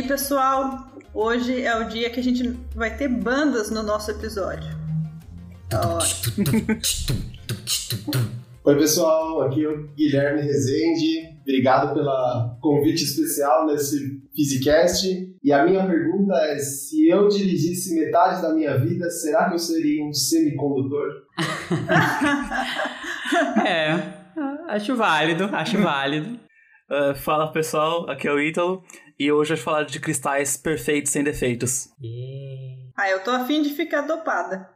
pessoal, hoje é o dia que a gente vai ter bandas no nosso episódio. Oi pessoal, aqui é o Guilherme Rezende, obrigado pelo convite especial nesse Physicast. E a minha pergunta é, se eu dirigisse metade da minha vida, será que eu seria um semicondutor? Acho válido. Fala pessoal, aqui é o Ítalo e hoje eu vou falar de cristais perfeitos sem defeitos. Eu tô afim de ficar dopada.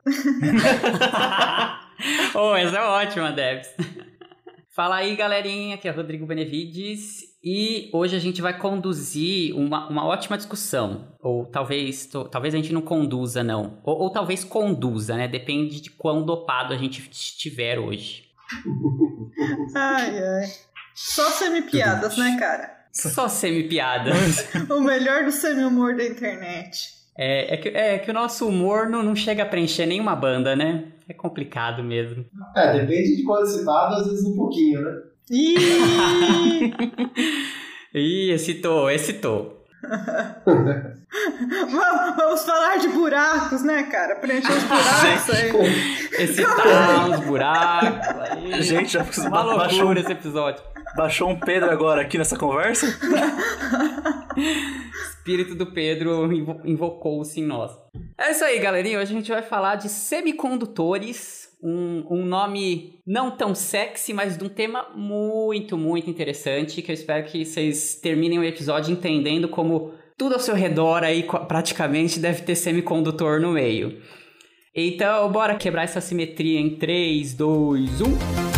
Essa é ótima, Debs. Fala aí, galerinha, aqui é o Rodrigo Benevides e hoje a gente vai conduzir uma ótima discussão. Ou talvez a gente não conduza, não. Ou talvez conduza, né? Depende de quão dopado a gente estiver hoje. Ai. Só semi-piadas, né, cara? Só semi-piadas. O melhor do semi-humor da internet. É que o nosso humor não chega a preencher nenhuma banda, né? É complicado mesmo. Depende de quando citado, às vezes um pouquinho, né? Ih, excitou. Vamos falar de buracos, né, cara? Preencher os buracos aí. Excitar os buracos. Aí. Gente, já uma loucura esse episódio. Baixou um Pedro agora aqui nessa conversa? Espírito do Pedro invocou-se em nós. É isso aí, galerinha. Hoje a gente vai falar de semicondutores. Um nome não tão sexy, mas de um tema muito, muito interessante, que eu espero que vocês terminem o episódio entendendo como tudo ao seu redor aí praticamente deve ter semicondutor no meio. Então, bora quebrar essa simetria em 3, 2, 1...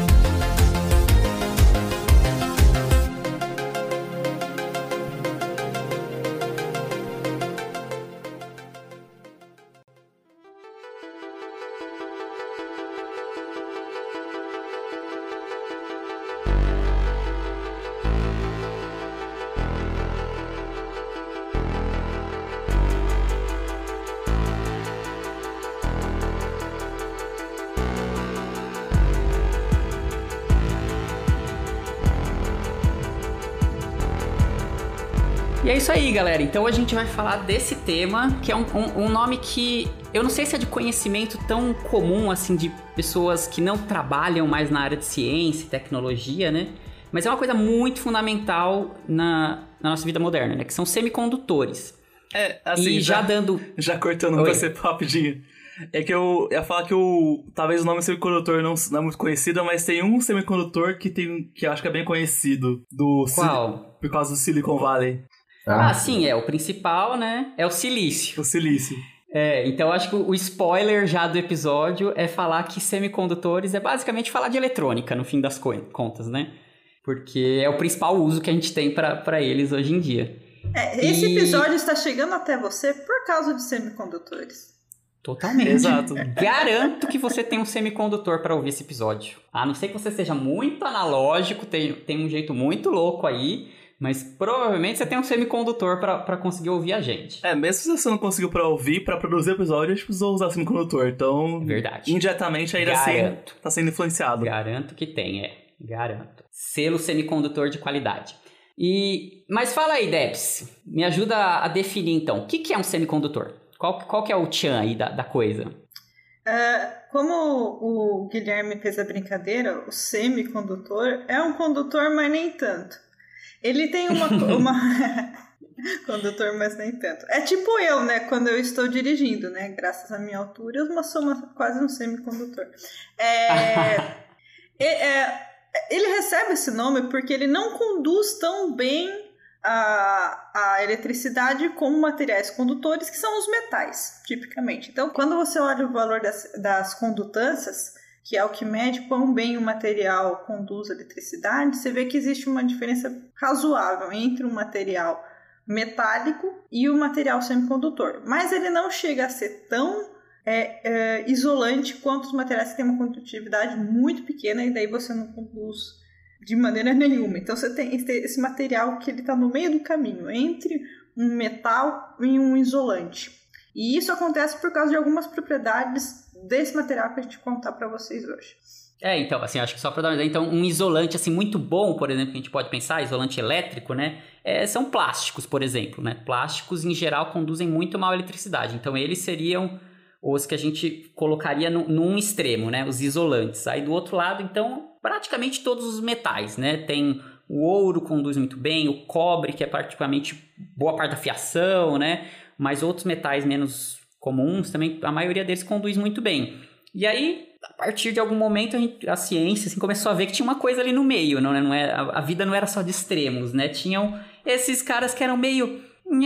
E é isso aí, galera. Então a gente vai falar desse tema, que é um nome que eu não sei se é de conhecimento tão comum, assim, de pessoas que não trabalham mais na área de ciência e tecnologia, né? Mas é uma coisa muito fundamental na nossa vida moderna, né? Que são semicondutores. Assim, e já cortando você rapidinho. É que eu ia falar que talvez o nome semicondutor não é muito conhecido, mas tem um semicondutor que eu acho que é bem conhecido. Qual? Por causa do Silicon Valley. Sim, o principal, né? É o silício. O silício. Então acho que o spoiler já do episódio é falar que semicondutores é basicamente falar de eletrônica, no fim das contas, né? Porque é o principal uso que a gente tem para eles hoje em dia. Esse episódio está chegando até você por causa de semicondutores. Totalmente. Exato. Garanto que você tem um semicondutor para ouvir esse episódio. A não ser que você seja muito analógico, tem um jeito muito louco aí, mas provavelmente você tem um semicondutor para conseguir ouvir a gente. Mesmo se você não conseguiu para ouvir, para produzir o episódio, a gente precisou usar semicondutor. Então, verdade. Indiretamente ainda assim tá sendo influenciado. Garanto que tem, Garanto. Selo semicondutor de qualidade. Mas fala aí, Debs, me ajuda a definir então, o que é um semicondutor? Qual que é o tchan aí da coisa? Como o Guilherme fez a brincadeira, o semicondutor é um condutor, mas nem tanto. Ele tem uma condutor, mas nem tanto. É tipo eu, né? Quando eu estou dirigindo, né? Graças à minha altura, eu sou quase um semicondutor. Ele recebe esse nome porque ele não conduz tão bem a eletricidade como materiais condutores, que são os metais, tipicamente. Então, quando você olha o valor das condutâncias, que é o que mede quão bem o material conduz a eletricidade, você vê que existe uma diferença razoável entre um material metálico e o material semicondutor. Mas ele não chega a ser tão isolante quanto os materiais que têm uma condutividade muito pequena e daí você não conduz de maneira nenhuma. Então você tem esse material que ele está no meio do caminho entre um metal e um isolante. E isso acontece por causa de algumas propriedades desse material que a gente vai contar para vocês hoje. Então, assim, acho que só para dar uma ideia, então, um isolante, assim, muito bom, por exemplo, que a gente pode pensar, isolante elétrico, né, são plásticos, por exemplo, né, plásticos, em geral, conduzem muito mal a eletricidade, então eles seriam os que a gente colocaria num extremo, né, os isolantes. Aí, do outro lado, então, praticamente todos os metais, né, tem o ouro conduz muito bem, o cobre, que é praticamente boa parte da fiação, né, mas outros metais menos comuns também, a maioria deles conduz muito bem. E aí, a partir de algum momento, a ciência assim, começou a ver que tinha uma coisa ali no meio, a vida não era só de extremos, né? Tinham esses caras que eram meio...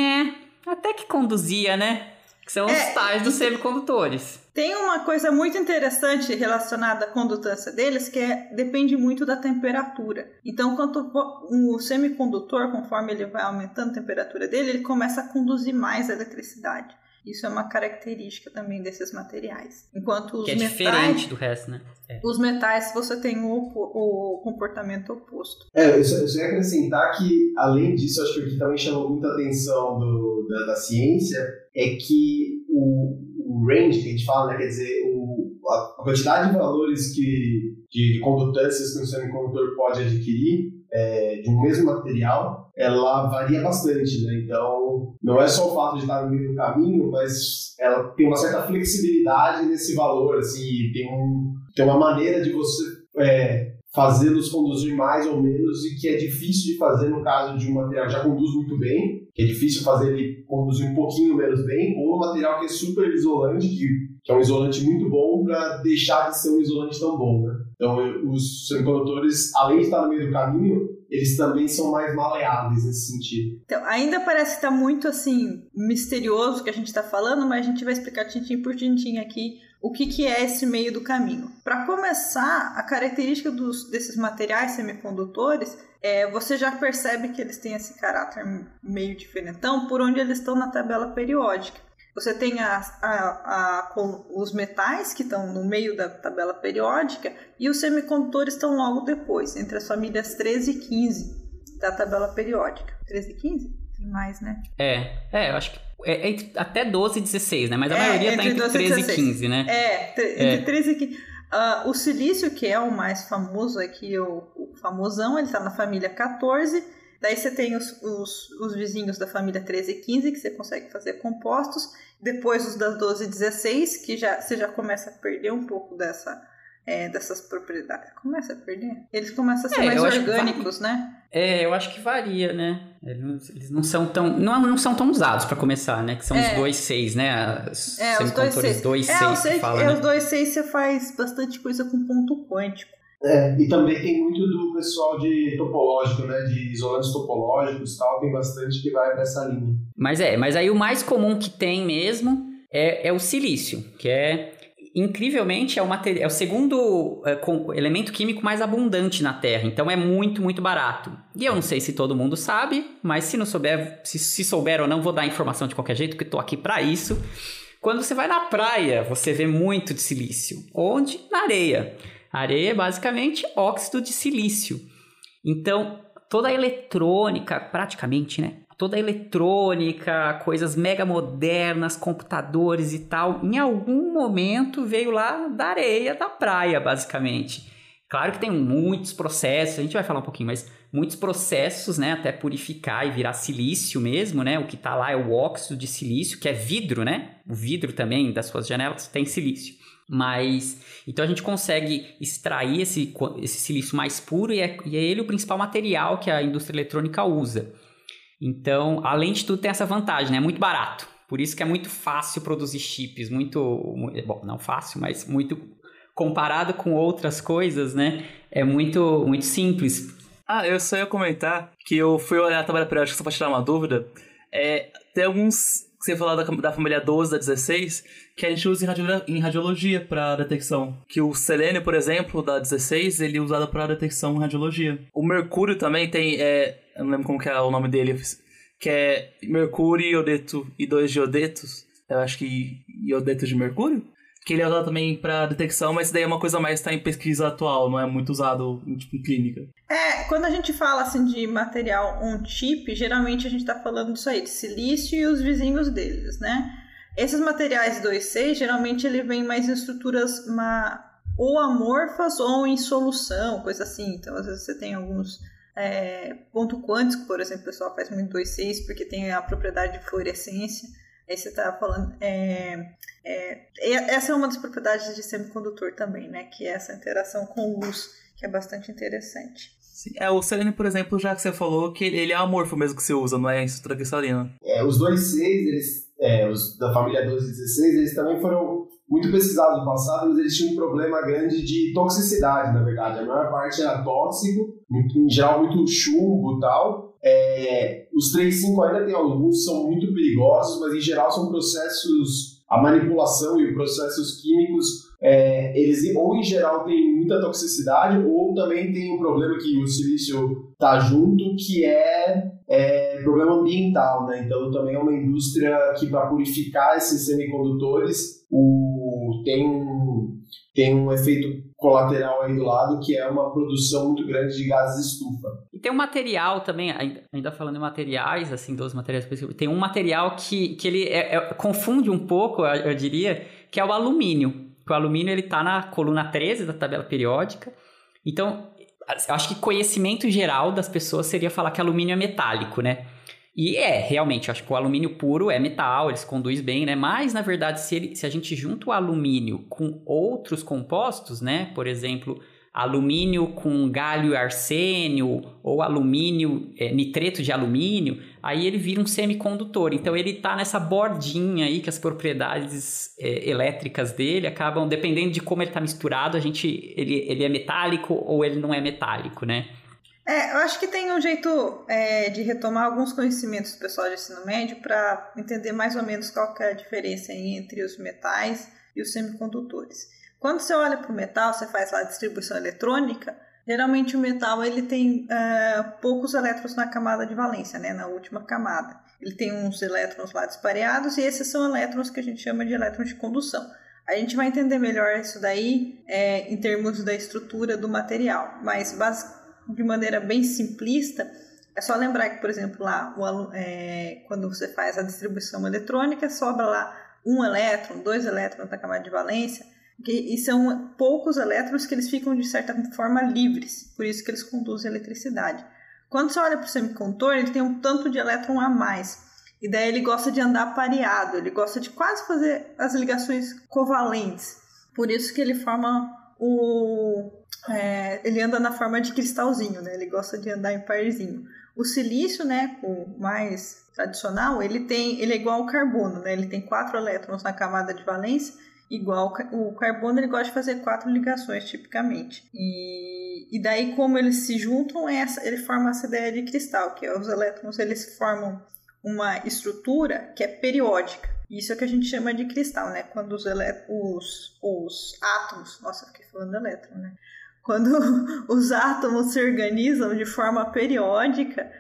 até que conduzia, né? Que são os tais dos semicondutores. Tem uma coisa muito interessante relacionada à condutância deles, que depende muito da temperatura. Então, quanto o semicondutor, conforme ele vai aumentando a temperatura dele, ele começa a conduzir mais a eletricidade. Isso é uma característica também desses materiais. Enquanto os que é metais, diferente do resto, né? Os metais, você tem o comportamento oposto. Eu só ia acrescentar que, além disso, acho que o que também chamou muita atenção da ciência é que o range, que a gente fala, né, quer dizer, a quantidade de valores de condutâncias que um semicondutor pode adquirir de um mesmo material, ela varia bastante, né? Então, não é só o fato de estar no meio do caminho, mas ela tem uma certa flexibilidade nesse valor, assim, tem uma maneira de você fazê-los conduzir mais ou menos e que é difícil de fazer no caso de um material que já conduz muito bem, que é difícil fazer ele conduzir um pouquinho menos bem, ou um material que é super isolante, que é um isolante muito bom para deixar de ser um isolante tão bom, né? Então, os semicondutores, além de estar no meio do caminho, eles também são mais maleáveis nesse sentido. Então, ainda parece que está muito, assim, misterioso o que a gente está falando, mas a gente vai explicar tintim por tintim aqui o que é esse meio do caminho. Para começar, a característica desses materiais semicondutores, você já percebe que eles têm esse caráter meio diferentão por onde eles estão na tabela periódica. Você tem os metais que estão no meio da tabela periódica e os semicondutores estão logo depois, entre as famílias 13 e 15 da tabela periódica. 13 e 15? Tem mais, né? Eu acho que entre até 12 e 16, né? Mas a maioria está entre 13 e 15, né? Entre 13 e 15. O silício, que é o mais famoso aqui, o famosão, ele está na família 14. Daí você tem os vizinhos da família 13 e 15, que você consegue fazer compostos. Depois os das 12 e 16, que você já começa a perder um pouco dessas propriedades. Começa a perder? Eles começam a ser mais orgânicos, né? Eu acho que varia, né? Eles não são tão... Não são tão usados para começar, né? Que são os 2,6, né? Os semicondutores 2,6 que fala, né? Os 2,6 você faz bastante coisa com ponto quântico. E também tem muito do pessoal de topológico, né? De isolantes topológicos e tal, tem bastante que vai nessa linha. Mas aí o mais comum que tem mesmo é o silício, que incrivelmente é o segundo elemento químico mais abundante na Terra, então é muito, muito barato. E eu não sei se todo mundo sabe, mas se não souber, se souber ou não, vou dar informação de qualquer jeito, porque estou aqui para isso. Quando você vai na praia, você vê muito de silício. Onde? Na areia. A areia é basicamente óxido de silício. Então, toda a eletrônica, praticamente, né? Toda a eletrônica, coisas mega modernas, computadores e tal, em algum momento veio lá da areia da praia, basicamente. Claro que tem muitos processos, a gente vai falar um pouquinho, mas muitos processos, né, até purificar e virar silício mesmo, né? O que está lá é o óxido de silício, que é vidro, né? O vidro também das suas janelas tem silício. Mas, então a gente consegue extrair esse silício mais puro e é ele o principal material que a indústria eletrônica usa. Então, além de tudo, tem essa vantagem, né? É muito barato. Por isso que é muito fácil produzir chips, bom, não fácil, mas muito comparado com outras coisas, né? É muito, muito simples. Eu só ia comentar que eu fui olhar a tabela periódica só para tirar uma dúvida. Tem alguns que você falou da família 12, da 16, que a gente usa em radiologia para detecção. Que o selênio, por exemplo, da 16, ele é usado para detecção em radiologia. O mercúrio também tem, eu não lembro como que é o nome dele, que é mercúrio, iodeto e 2 iodetos. Eu acho que iodeto de mercúrio. Que ele é usado também para detecção, mas isso daí é uma coisa mais que está em pesquisa atual, não é muito usado em clínica. Quando a gente fala assim de material on-chip, geralmente a gente está falando disso aí, de silício e os vizinhos deles, né? Esses materiais 2,6, geralmente ele vem mais em estruturas ou amorfas ou em solução, coisa assim. Então, às vezes você tem alguns ponto quântico, por exemplo, o pessoal faz muito 2,6 porque tem a propriedade de fluorescência. Aí você está falando... essa é uma das propriedades de semicondutor também, né? Que é essa interação com luz, que é bastante interessante. Sim. O selênio, por exemplo, já que você falou que ele é amorfo mesmo que você usa, não é em estrutura cristalina. Os 2,6, os da família 12 e 16, eles também foram muito pesquisados no passado, mas eles tinham um problema grande de toxicidade, na verdade. A maior parte era tóxico, em geral muito chumbo e tal. Os 3,5 ainda tem alguns, são muito perigosos, mas em geral são processos, a manipulação e os processos químicos, eles ou em geral têm muita toxicidade, ou também tem um problema que o silício está junto, que é problema ambiental, né? Então também é uma indústria que para purificar esses semicondutores tem um efeito colateral aí do lado, que é uma produção muito grande de gases de estufa. E tem um material também, ainda falando em materiais, assim, dos materiais específicos, tem um material que ele confunde um pouco, eu diria, que é o alumínio. O alumínio, ele está na coluna 13 da tabela periódica. Então, eu acho que conhecimento geral das pessoas seria falar que alumínio é metálico, né? E realmente, eu acho que o alumínio puro é metal, ele se conduz bem, né? Mas, na verdade, se a gente junta o alumínio com outros compostos, né? Por exemplo, alumínio com galho e arsênio, ou alumínio, nitreto de alumínio, aí ele vira um semicondutor. Então, ele está nessa bordinha aí que as propriedades elétricas dele acabam, dependendo de como ele está misturado, ele é metálico ou ele não é metálico, né? Eu acho que tem um jeito de retomar alguns conhecimentos do pessoal de ensino médio para entender mais ou menos qual que é a diferença entre os metais e os semicondutores. Quando você olha para o metal, você faz lá a distribuição eletrônica, geralmente o metal ele tem poucos elétrons na camada de valência, né, na última camada. Ele tem uns elétrons lá dispareados e esses são elétrons que a gente chama de elétrons de condução. A gente vai entender melhor isso daí em termos da estrutura do material, mas de maneira bem simplista, é só lembrar que, por exemplo, lá quando você faz a distribuição eletrônica, sobra lá 1 elétron, 2 elétrons na camada de valência, e são poucos elétrons que eles ficam, de certa forma, livres, por isso que eles conduzem eletricidade. Quando você olha para o semicondutor, ele tem um tanto de elétron a mais, e daí ele gosta de andar pareado, ele gosta de quase fazer as ligações covalentes, por isso que ele forma ele anda na forma de cristalzinho, né? Ele gosta de andar em parzinho. O silício, né, o mais tradicional, ele é igual ao carbono, né? Ele tem 4 elétrons na camada de valência, igual o carbono, ele gosta de fazer 4 ligações tipicamente. E daí, como eles se juntam, ele forma essa ideia de cristal, que os elétrons eles formam uma estrutura que é periódica. Isso é o que a gente chama de cristal, né? Quando os átomos... Nossa, eu fiquei falando elétron, né? Quando os átomos se organizam de forma periódica,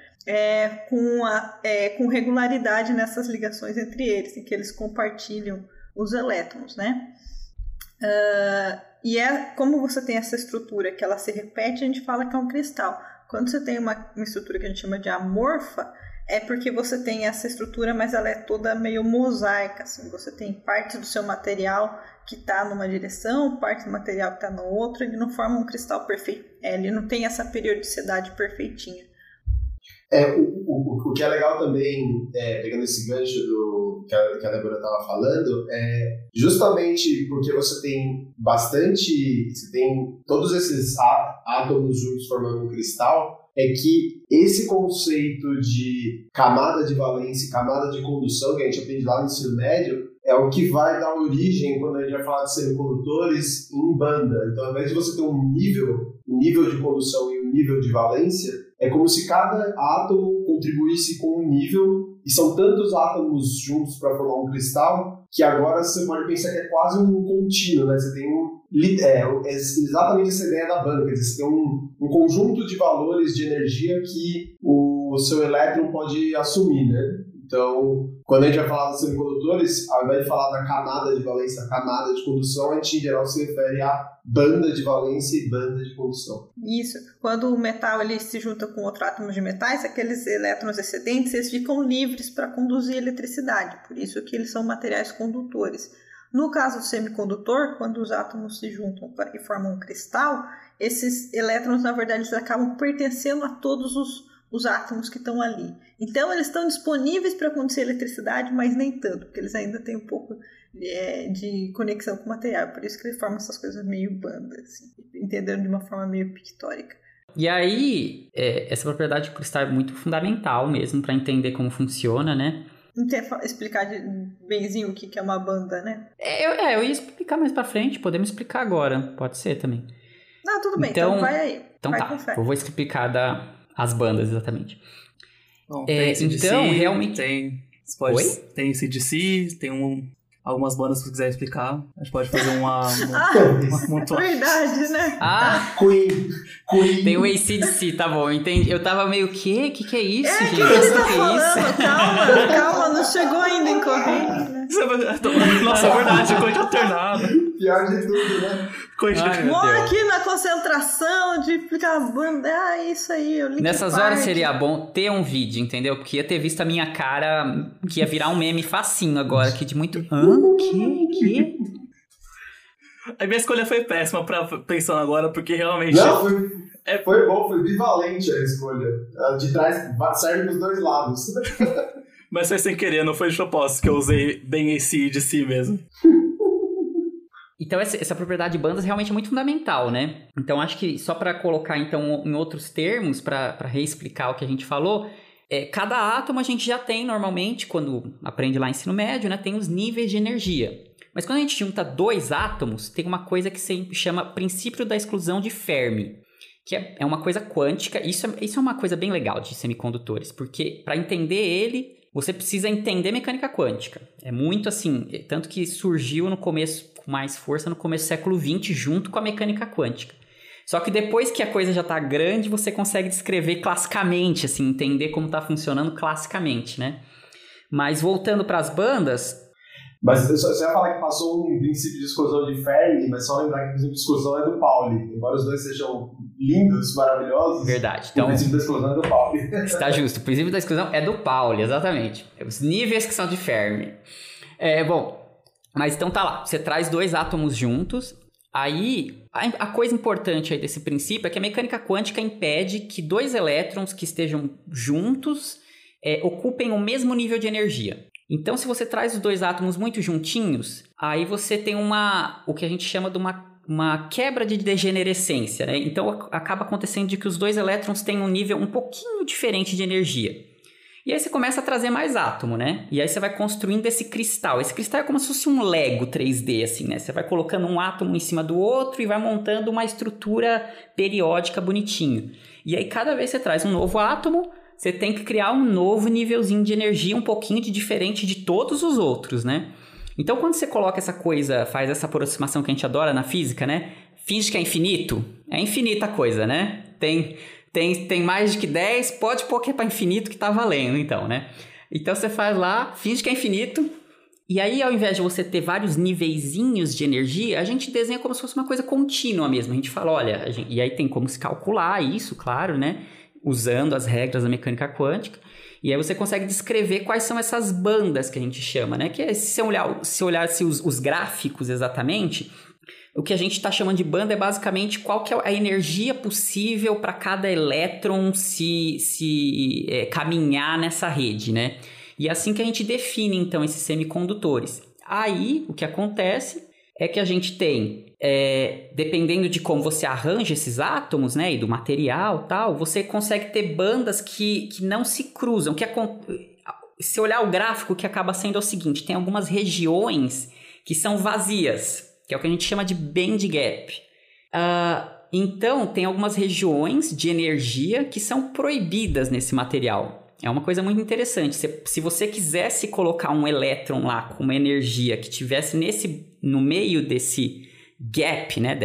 com regularidade nessas ligações entre eles, em que eles compartilham os elétrons, né? Como você tem essa estrutura que ela se repete, a gente fala que é um cristal. Quando você tem uma estrutura que a gente chama de amorfa, é porque você tem essa estrutura, mas ela é toda meio mosaica, assim. Você tem parte do seu material que está numa direção, parte do material que está na outra, ele não forma um cristal perfeito, ele não tem essa periodicidade perfeitinha. O que é legal também, pegando esse gancho que a Débora estava falando, justamente porque você tem todos esses átomos juntos formando um cristal, é que esse conceito de camada de valência e camada de condução que a gente aprende lá no ensino médio é o que vai dar origem, quando a gente vai falar de semicondutores, em banda. Então, ao invés de você ter um nível de condução e um nível de valência, é como se cada átomo contribuísse com um nível, e são tantos átomos juntos para formar um cristal, que agora você pode pensar que é quase um contínuo, né? Você tem exatamente essa ideia da banda, quer dizer, você tem um conjunto de valores de energia que o seu elétron pode assumir, né? Então, quando a gente vai falar dos semicondutores, ao invés de falar da camada de valência, da camada de condução, a gente em geral se refere à banda de valência e banda de condução. Isso. Quando o metal ele se junta com outro átomo de metais, aqueles elétrons excedentes eles ficam livres para conduzir eletricidade. Por isso que eles são materiais condutores. No caso do semicondutor, quando os átomos se juntam e formam um cristal, esses elétrons, na verdade, eles acabam pertencendo a todos os átomos que estão ali. Então, eles estão disponíveis para acontecer eletricidade, mas nem tanto, porque eles ainda têm um pouco de conexão com o material. Por isso que eles formam essas coisas meio bandas, assim, entendendo de uma forma meio pictórica. E aí, essa propriedade do cristal é muito fundamental mesmo para entender como funciona, né? Não tem explicar benzinho o que é uma banda, né? Eu ia explicar mais pra frente, podemos explicar agora, pode ser também. Não, tudo bem, então vai aí. Então vai tá, eu vou explicar as bandas exatamente. Bom, tem CDC, então, realmente... Tem CDC, tem algumas bandas que você quiser explicar. A gente pode fazer uma verdade, né? Queen. Tem o AC/DC, tá bom, entendi. Eu tava meio, que é isso, gente? O que ele tá falando? Calma, não chegou ainda em corrente, né? Nossa, é verdade, corrente alternada. Pior de tudo, né? Mora aqui na concentração de explicar a banda. Isso aí, eu li. Nessas horas seria bom ter um vídeo, entendeu? Porque ia ter visto a minha cara, que ia virar um meme facinho agora, aqui de muito... Que? A minha escolha foi péssima, pensando agora, porque realmente... Não, foi bom, foi bivalente a escolha. De trás serve pros dois lados. Mas foi sem querer, não foi de propósito que eu usei bem esse de si mesmo. Então essa propriedade de bandas realmente é muito fundamental, né? Então acho que só para colocar então em outros termos, para reexplicar o que a gente falou, cada átomo a gente já tem normalmente, quando aprende lá no ensino médio, né? Tem os níveis de energia. Mas quando a gente junta dois átomos, tem uma coisa que se chama princípio da exclusão de Fermi, que é uma coisa quântica. Isso é uma coisa bem legal de semicondutores, porque para entender ele, você precisa entender mecânica quântica. É muito assim, tanto que surgiu no começo, com mais força, no começo do século XX, junto com a mecânica quântica. Só que depois que a coisa já está grande, você consegue descrever classicamente, assim, entender como está funcionando classicamente, né? Mas voltando para as bandas... Mas você vai falar que passou um princípio de exclusão de Fermi, mas só lembrar que o princípio de exclusão é do Pauli. Embora os dois sejam lindos, maravilhosos, verdade. Então, o princípio da exclusão é do Pauli. Está justo. O princípio da exclusão é do Pauli, exatamente. Os níveis que são de Fermi. Bom, mas então tá lá. Você traz dois átomos juntos. Aí, a coisa importante aí desse princípio é que a mecânica quântica impede que dois elétrons que estejam juntos ocupem o mesmo nível de energia. Então, se você traz os dois átomos muito juntinhos, aí você tem o que a gente chama de uma quebra de degenerescência, né? Então, acaba acontecendo de que os dois elétrons têm um nível um pouquinho diferente de energia. E aí você começa a trazer mais átomo, né? E aí você vai construindo esse cristal. Esse cristal é como se fosse um Lego 3D, assim, né? Você vai colocando um átomo em cima do outro e vai montando uma estrutura periódica bonitinho. E aí, cada vez que você traz um novo átomo, você tem que criar um novo nívelzinho de energia um pouquinho diferente de todos os outros, né? Então, quando você coloca essa coisa, faz essa aproximação que a gente adora na física, né? Finge que é infinito. É infinita a coisa, né? Tem mais de que 10, pode pôr que é para infinito que tá valendo, então, né? Então, você faz lá, finge que é infinito. E aí, ao invés de você ter vários niveizinhos de energia, a gente desenha como se fosse uma coisa contínua mesmo. A gente fala, olha... E aí tem como se calcular isso, claro, né? Usando as regras da mecânica quântica, e aí você consegue descrever quais são essas bandas que a gente chama, né? Que é, se olhasse os gráficos exatamente, o que a gente está chamando de banda é basicamente qual que é a energia possível para cada elétron caminhar nessa rede, né? E é assim que a gente define, então, esses semicondutores. Aí, o que acontece é que a gente tem, dependendo de como você arranja esses átomos, né, e do material e tal, você consegue ter bandas que não se cruzam. Se olhar o gráfico, o que acaba sendo é o seguinte, tem algumas regiões que são vazias, que é o que a gente chama de band gap. Então, tem algumas regiões de energia que são proibidas nesse material. É uma coisa muito interessante. Se você quisesse colocar um elétron lá com uma energia que tivesse no meio desse gap, né,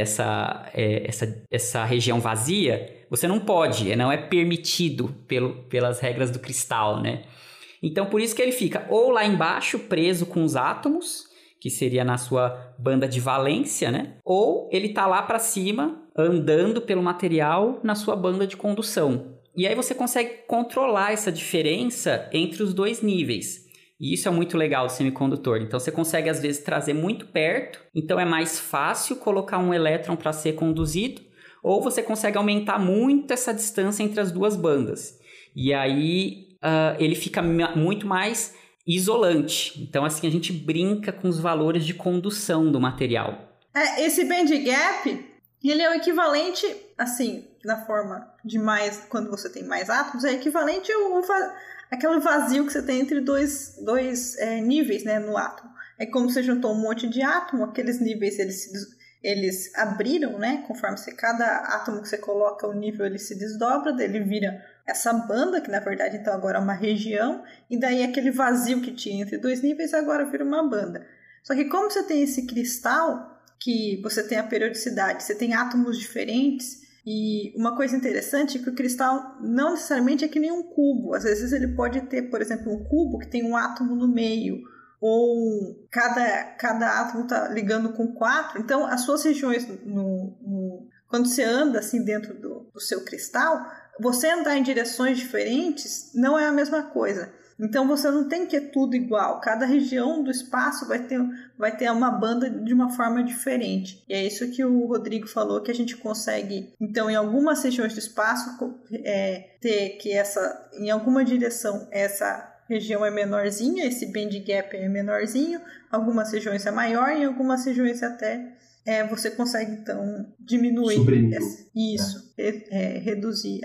essa região vazia, você não pode, não é permitido pelas regras do cristal, né? Então, por isso que ele fica ou lá embaixo, preso com os átomos, que seria na sua banda de valência, né? Ou ele está lá para cima, andando pelo material na sua banda de condução. E aí você consegue controlar essa diferença entre os dois níveis. E isso é muito legal do semicondutor. Então você consegue às vezes trazer muito perto, então é mais fácil colocar um elétron para ser conduzido, ou você consegue aumentar muito essa distância entre as duas bandas. E aí ele fica muito mais isolante. Então assim a gente brinca com os valores de condução do material. Esse band gap, ele é o equivalente, assim, na forma de mais, quando você tem mais átomos, é equivalente àquele vazio que você tem entre dois níveis, né, no átomo. É como você juntou um monte de átomo, aqueles níveis eles abriram, né, conforme cada átomo que você coloca o nível ele se desdobra, daí ele vira essa banda, que na verdade então agora é uma região, e daí aquele vazio que tinha entre dois níveis agora vira uma banda. Só que como você tem esse cristal, que você tem a periodicidade, você tem átomos diferentes, e uma coisa interessante é que o cristal não necessariamente é que nem um cubo. Às vezes ele pode ter, por exemplo, um cubo que tem um átomo no meio, ou cada átomo está ligando com 4. Então, as suas regiões, quando você anda assim dentro do seu cristal, você andar em direções diferentes não é a mesma coisa. Então você não tem que ter tudo igual. Cada região do espaço vai ter uma banda de uma forma diferente. E é isso que o Rodrigo falou, que a gente consegue, então, em algumas regiões do espaço, ter que em alguma direção essa região é menorzinha, esse band gap é menorzinho, algumas regiões é maior, e em algumas regiões até você consegue, então, diminuir reduzir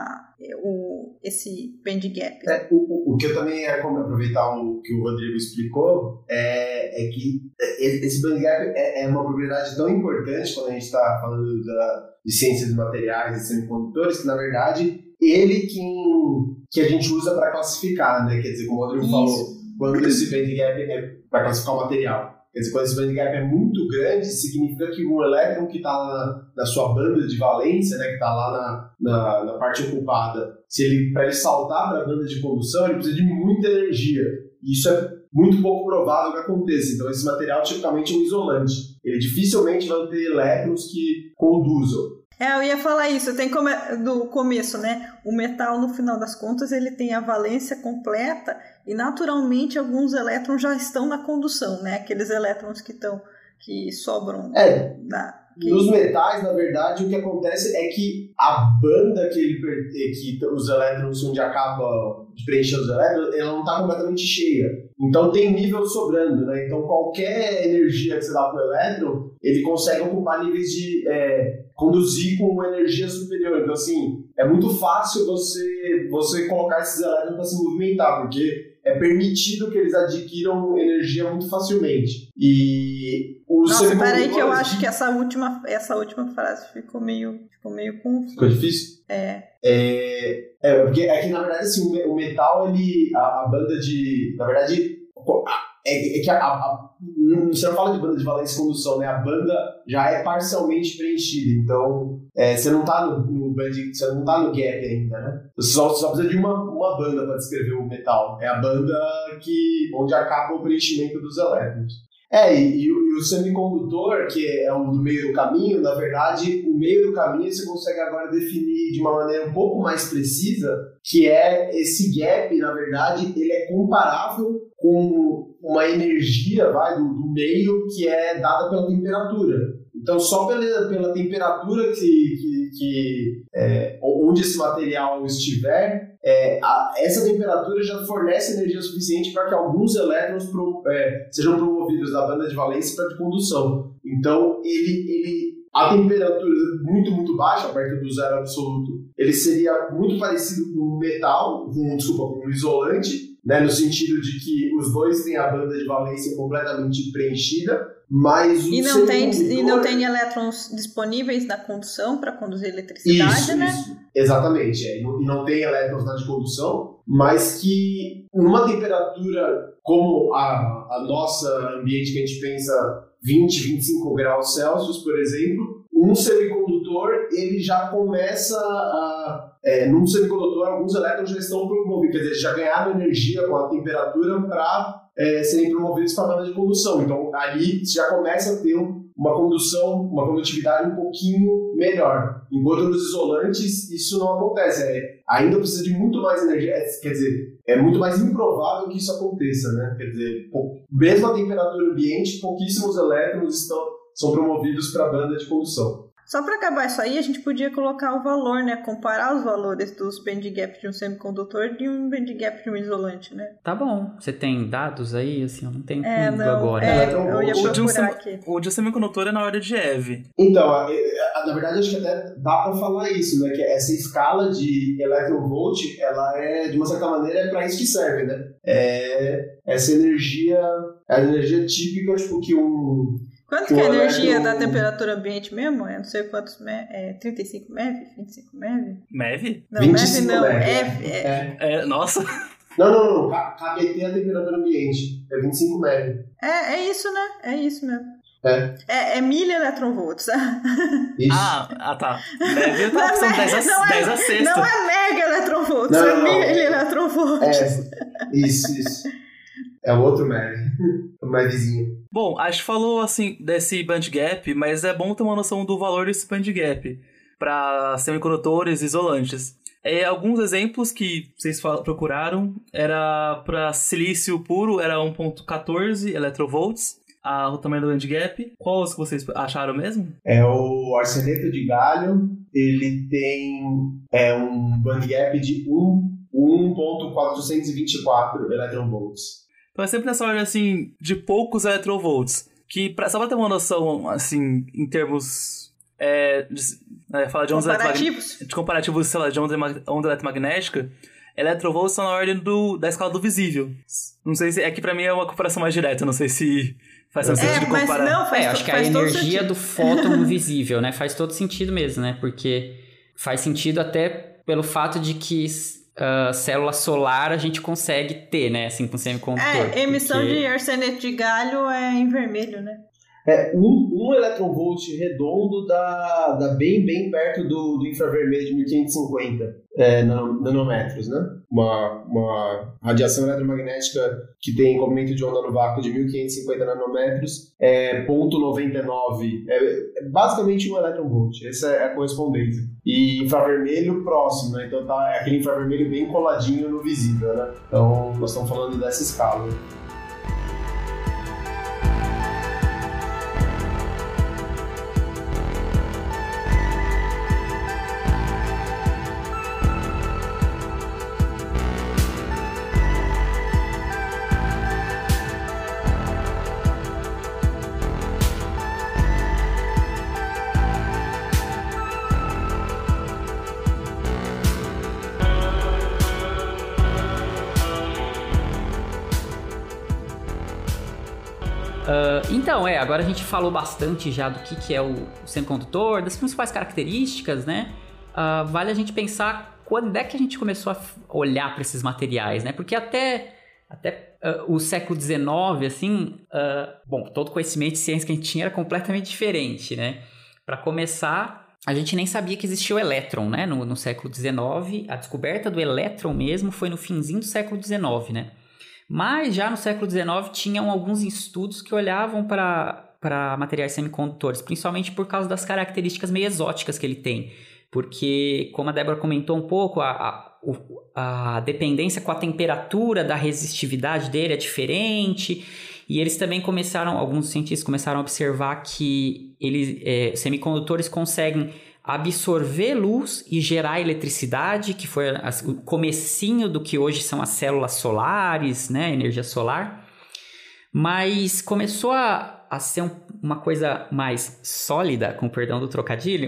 esse band gap. O que eu também ia aproveitar o que o Rodrigo explicou é que esse band gap é uma propriedade tão importante quando a gente está falando de ciências de materiais e semicondutores, que na verdade ele que a gente usa para classificar, né? Quer dizer, como o Rodrigo falou, quando esse band gap é para classificar o material. Quer dizer, quando esse band gap é muito grande, significa que um elétron que está na sua banda de valência, né, que está lá na parte ocupada, para ele saltar para a banda de condução, ele precisa de muita energia. E isso é muito pouco provável que aconteça. Então, esse material tipicamente é um isolante. Ele dificilmente vai ter elétrons que conduzam. Eu ia falar isso, tem do começo, né? O metal, no final das contas, ele tem a valência completa e, naturalmente, alguns elétrons já estão na condução, né? Aqueles elétrons que sobram. Nos metais, na verdade, o que acontece é que a banda que os elétrons, onde acaba de preencher os elétrons, ela não está completamente cheia. Então tem nível sobrando, né? Então qualquer energia que você dá para o elétron, ele consegue ocupar níveis de conduzir com uma energia superior. Então, assim, é muito fácil você colocar esses elétrons para se movimentar, porque é permitido que eles adquiram energia muito facilmente. E nossa, espera aí que eu acho que essa última frase ficou meio confusa. Ficou difícil? Porque na verdade, assim, o metal, a banda de... Na verdade, você não fala de banda de valência e condução, né? A banda já é parcialmente preenchida, então você não está no band, você não está no gap ainda, né? Você só precisa de uma banda para descrever o metal. É a banda onde acaba o preenchimento dos elétrons. E o semicondutor, que é o do meio do caminho, na verdade, o meio do caminho você consegue agora definir de uma maneira um pouco mais precisa, que é esse gap, na verdade, ele é comparável com uma energia do meio que é dada pela temperatura. Então, só pela temperatura onde esse material estiver, essa temperatura já fornece energia suficiente para que alguns elétrons sejam promovidos da banda de valência para de condução. Então, a temperatura muito, muito baixa, perto do zero absoluto, ele seria muito parecido com um metal, com um isolante, né, no sentido de que os dois têm a banda de valência completamente preenchida, mas e não tem elétrons disponíveis na condução para conduzir eletricidade, né? Isso, exatamente. E não tem elétrons na de condução, mas que numa temperatura como a nossa ambiente, que a gente pensa 20, 25 graus Celsius, por exemplo, um semicondutor, ele já começa num semicondutor, alguns elétrons já estão promovidos, quer dizer, já ganharam energia com a temperatura para serem promovidos para a banda de condução. Então, ali já começa a ter uma condutividade um pouquinho melhor. Enquanto nos isolantes, isso não acontece. Ainda precisa de muito mais energia. Quer dizer, é muito mais improvável que isso aconteça, né? Quer dizer, mesmo a temperatura ambiente, pouquíssimos elétrons são promovidos para a banda de condução. Só para acabar isso aí, a gente podia colocar o valor, né? Comparar os valores dos band gap de um semicondutor e um band gap de um isolante, né? Tá bom. Você tem dados aí? Assim, eu não tenho comigo não, agora. Eu ia procurar aqui. O de semicondutor é na ordem de EV. Então, na verdade, acho que até dá para falar isso, né? Que essa escala de electron-volt, ela é, de uma certa maneira, é para isso que serve, né? Essa energia, a energia típica, tipo, que um... Quanto que é a energia da temperatura ambiente mesmo? Não sei quantos 35 MeV? 25 MeV? MEV? Não, MeV não. MeV. Nossa. Não. KBT é a temperatura ambiente. É 25 MeV. É isso, né? É isso mesmo. É milha eletronvolts. Isso. Tá. MEV são 10 a sexta. Não é mega eletronvolts, é milha eletronvolts. Isso. É o outro MEV. O MEVzinho. Bom, acho que falou assim desse band gap, mas é bom ter uma noção do valor desse band gap para semicondutores e isolantes. Alguns exemplos que vocês procuraram era para silício puro, era 1.14 electrovolts, o tamanho do band gap. Qual os que vocês acharam mesmo? O arseneto de galho, ele tem um band gap de 1.424 electronvolts. Então é sempre nessa ordem, assim, de poucos electrovolts. Que, só pra ter uma noção, assim, em termos... falar de comparativos, sei lá, de onda eletromagnética, electrovolts são na ordem da escala do visível. Não sei se... É que pra mim é uma comparação mais direta, não sei se faz sentido de comparar. Não, acho que a energia do fóton visível, né? Faz todo sentido mesmo, né? Porque faz sentido até pelo fato de que... célula solar a gente consegue ter, né? Assim, com semicondutor. Emissão de arseneto de galho é em vermelho, né? Um electronvolt redondo dá bem perto do infravermelho de 1550 nanômetros, né? Uma radiação eletromagnética que tem comprimento de onda no vácuo de 1550 nanômetros é 0.99. É basicamente um electronvolt. Essa é a correspondência. E infravermelho próximo, né? Então é aquele infravermelho bem coladinho no visível, né? Então nós estamos falando dessa escala. Então, agora a gente falou bastante já do que é o semicondutor, das principais características, né? Vale a gente pensar quando é que a gente começou a olhar para esses materiais, né? Porque até o século XIX, assim, todo conhecimento de ciência que a gente tinha era completamente diferente, né? Para começar, a gente nem sabia que existia o elétron, né? No século XIX, a descoberta do elétron mesmo foi no finzinho do século XIX, né? Mas já no século XIX tinham alguns estudos que olhavam para materiais semicondutores, principalmente por causa das características meio exóticas que ele tem. Porque, como a Débora comentou um pouco, a dependência com a temperatura da resistividade dele é diferente. E eles também alguns cientistas começaram a observar que semicondutores conseguem absorver luz e gerar eletricidade, que foi o comecinho do que hoje são as células solares, né, energia solar, mas começou a ser uma coisa mais sólida, com perdão do trocadilho,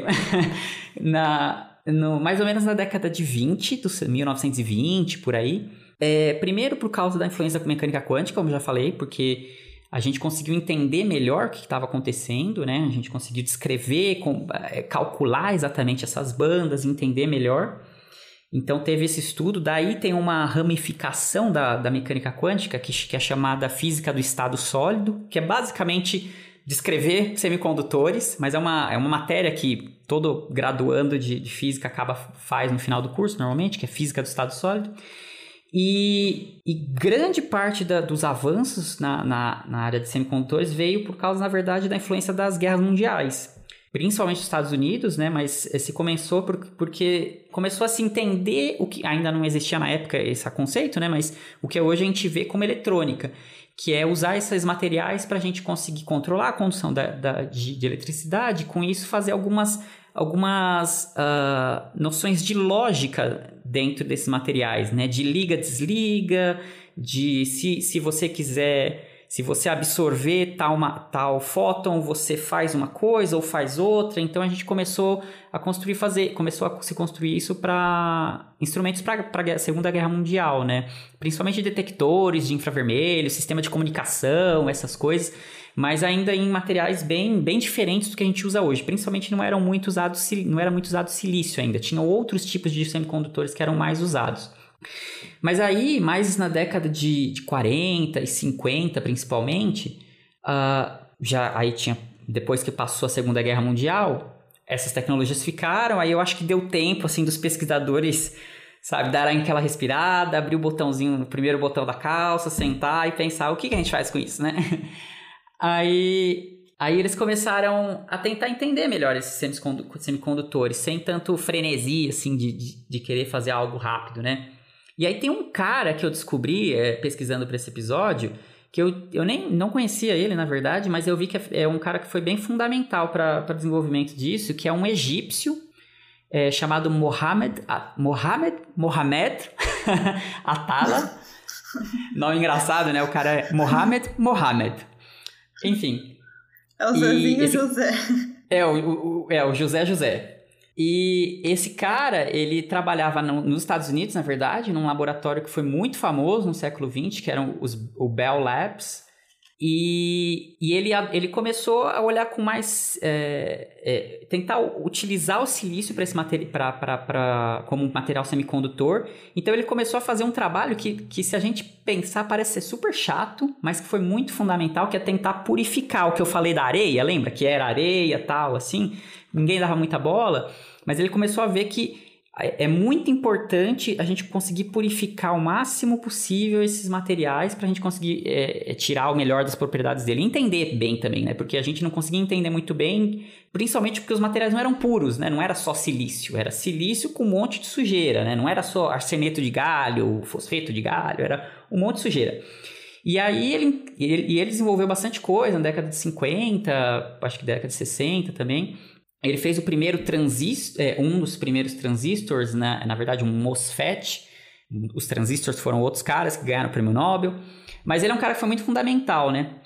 mais ou menos na década de 1920, por aí. Primeiro por causa da influência da mecânica quântica, como já falei, porque a gente conseguiu entender melhor o que estava acontecendo, né? A gente conseguiu descrever, calcular exatamente essas bandas, entender melhor. Então teve esse estudo, daí tem uma ramificação da mecânica quântica que é chamada física do estado sólido, que é basicamente descrever semicondutores, mas é uma matéria que todo graduando de física faz no final do curso, normalmente, que é física do estado sólido. E grande parte dos avanços na área de semicondutores veio por causa, na verdade, da influência das guerras mundiais. principalmente nos Estados Unidos, né? Mas se começou porque começou a se entender o que ainda não existia na época esse conceito, né? Mas o que hoje a gente vê como eletrônica, que é usar esses materiais para a gente conseguir controlar a condução de eletricidade, com isso fazer algumas noções de lógica dentro desses materiais, né? De liga, desliga, de se você quiser... Se você absorver tal fóton, você faz uma coisa ou faz outra. Então, a gente começou a se construir isso para instrumentos para a Segunda Guerra Mundial, né? Principalmente detectores de infravermelho, sistema de comunicação, essas coisas. Mas ainda em materiais bem diferentes do que a gente usa hoje. Principalmente não era muito usado silício ainda. Tinham outros tipos de semicondutores que eram mais usados. Mas aí, mais na década de 40 e 50 principalmente, depois que passou a Segunda Guerra Mundial, essas tecnologias ficaram, aí eu acho que deu tempo assim, dos pesquisadores, sabe, darem aquela respirada, abrir o primeiro botão da calça, sentar e pensar o que a gente faz com isso, né? Aí eles começaram a tentar entender melhor esses semicondutores, sem tanto frenesi assim, de querer fazer algo rápido, né? E aí tem um cara que eu descobri, pesquisando para esse episódio, que eu nem não conhecia ele, na verdade, mas eu vi que é um cara que foi bem fundamental para o desenvolvimento disso, que é um egípcio chamado Mohamed Atala. Nome engraçado, né? O cara é Mohamed. Enfim. É o Zezinho José. O José. E esse cara, ele trabalhava nos Estados Unidos, na verdade, num laboratório que foi muito famoso no século XX, que eram o Bell Labs. E ele começou a olhar com mais... tentar utilizar o silício para esse como um material semicondutor. Então, ele começou a fazer um trabalho que, se a gente pensar, parece ser super chato, mas que foi muito fundamental, que é tentar purificar o que eu falei da areia, lembra? Que era areia e tal, assim... Ninguém dava muita bola, mas ele começou a ver que é muito importante a gente conseguir purificar o máximo possível esses materiais para a gente conseguir tirar o melhor das propriedades dele. Entender bem também, né? Porque a gente não conseguia entender muito bem, principalmente porque os materiais não eram puros, né? Não era só silício, era silício com um monte de sujeira, né? Não era só arseneto de galho, fosfeto de galho, era um monte de sujeira. E aí ele desenvolveu bastante coisa na década de 50, acho que década de 60 também. Ele fez o primeiro um dos primeiros transistores, na verdade um MOSFET. Os transistores foram outros caras que ganharam o prêmio Nobel. Mas ele é um cara que foi muito fundamental, né?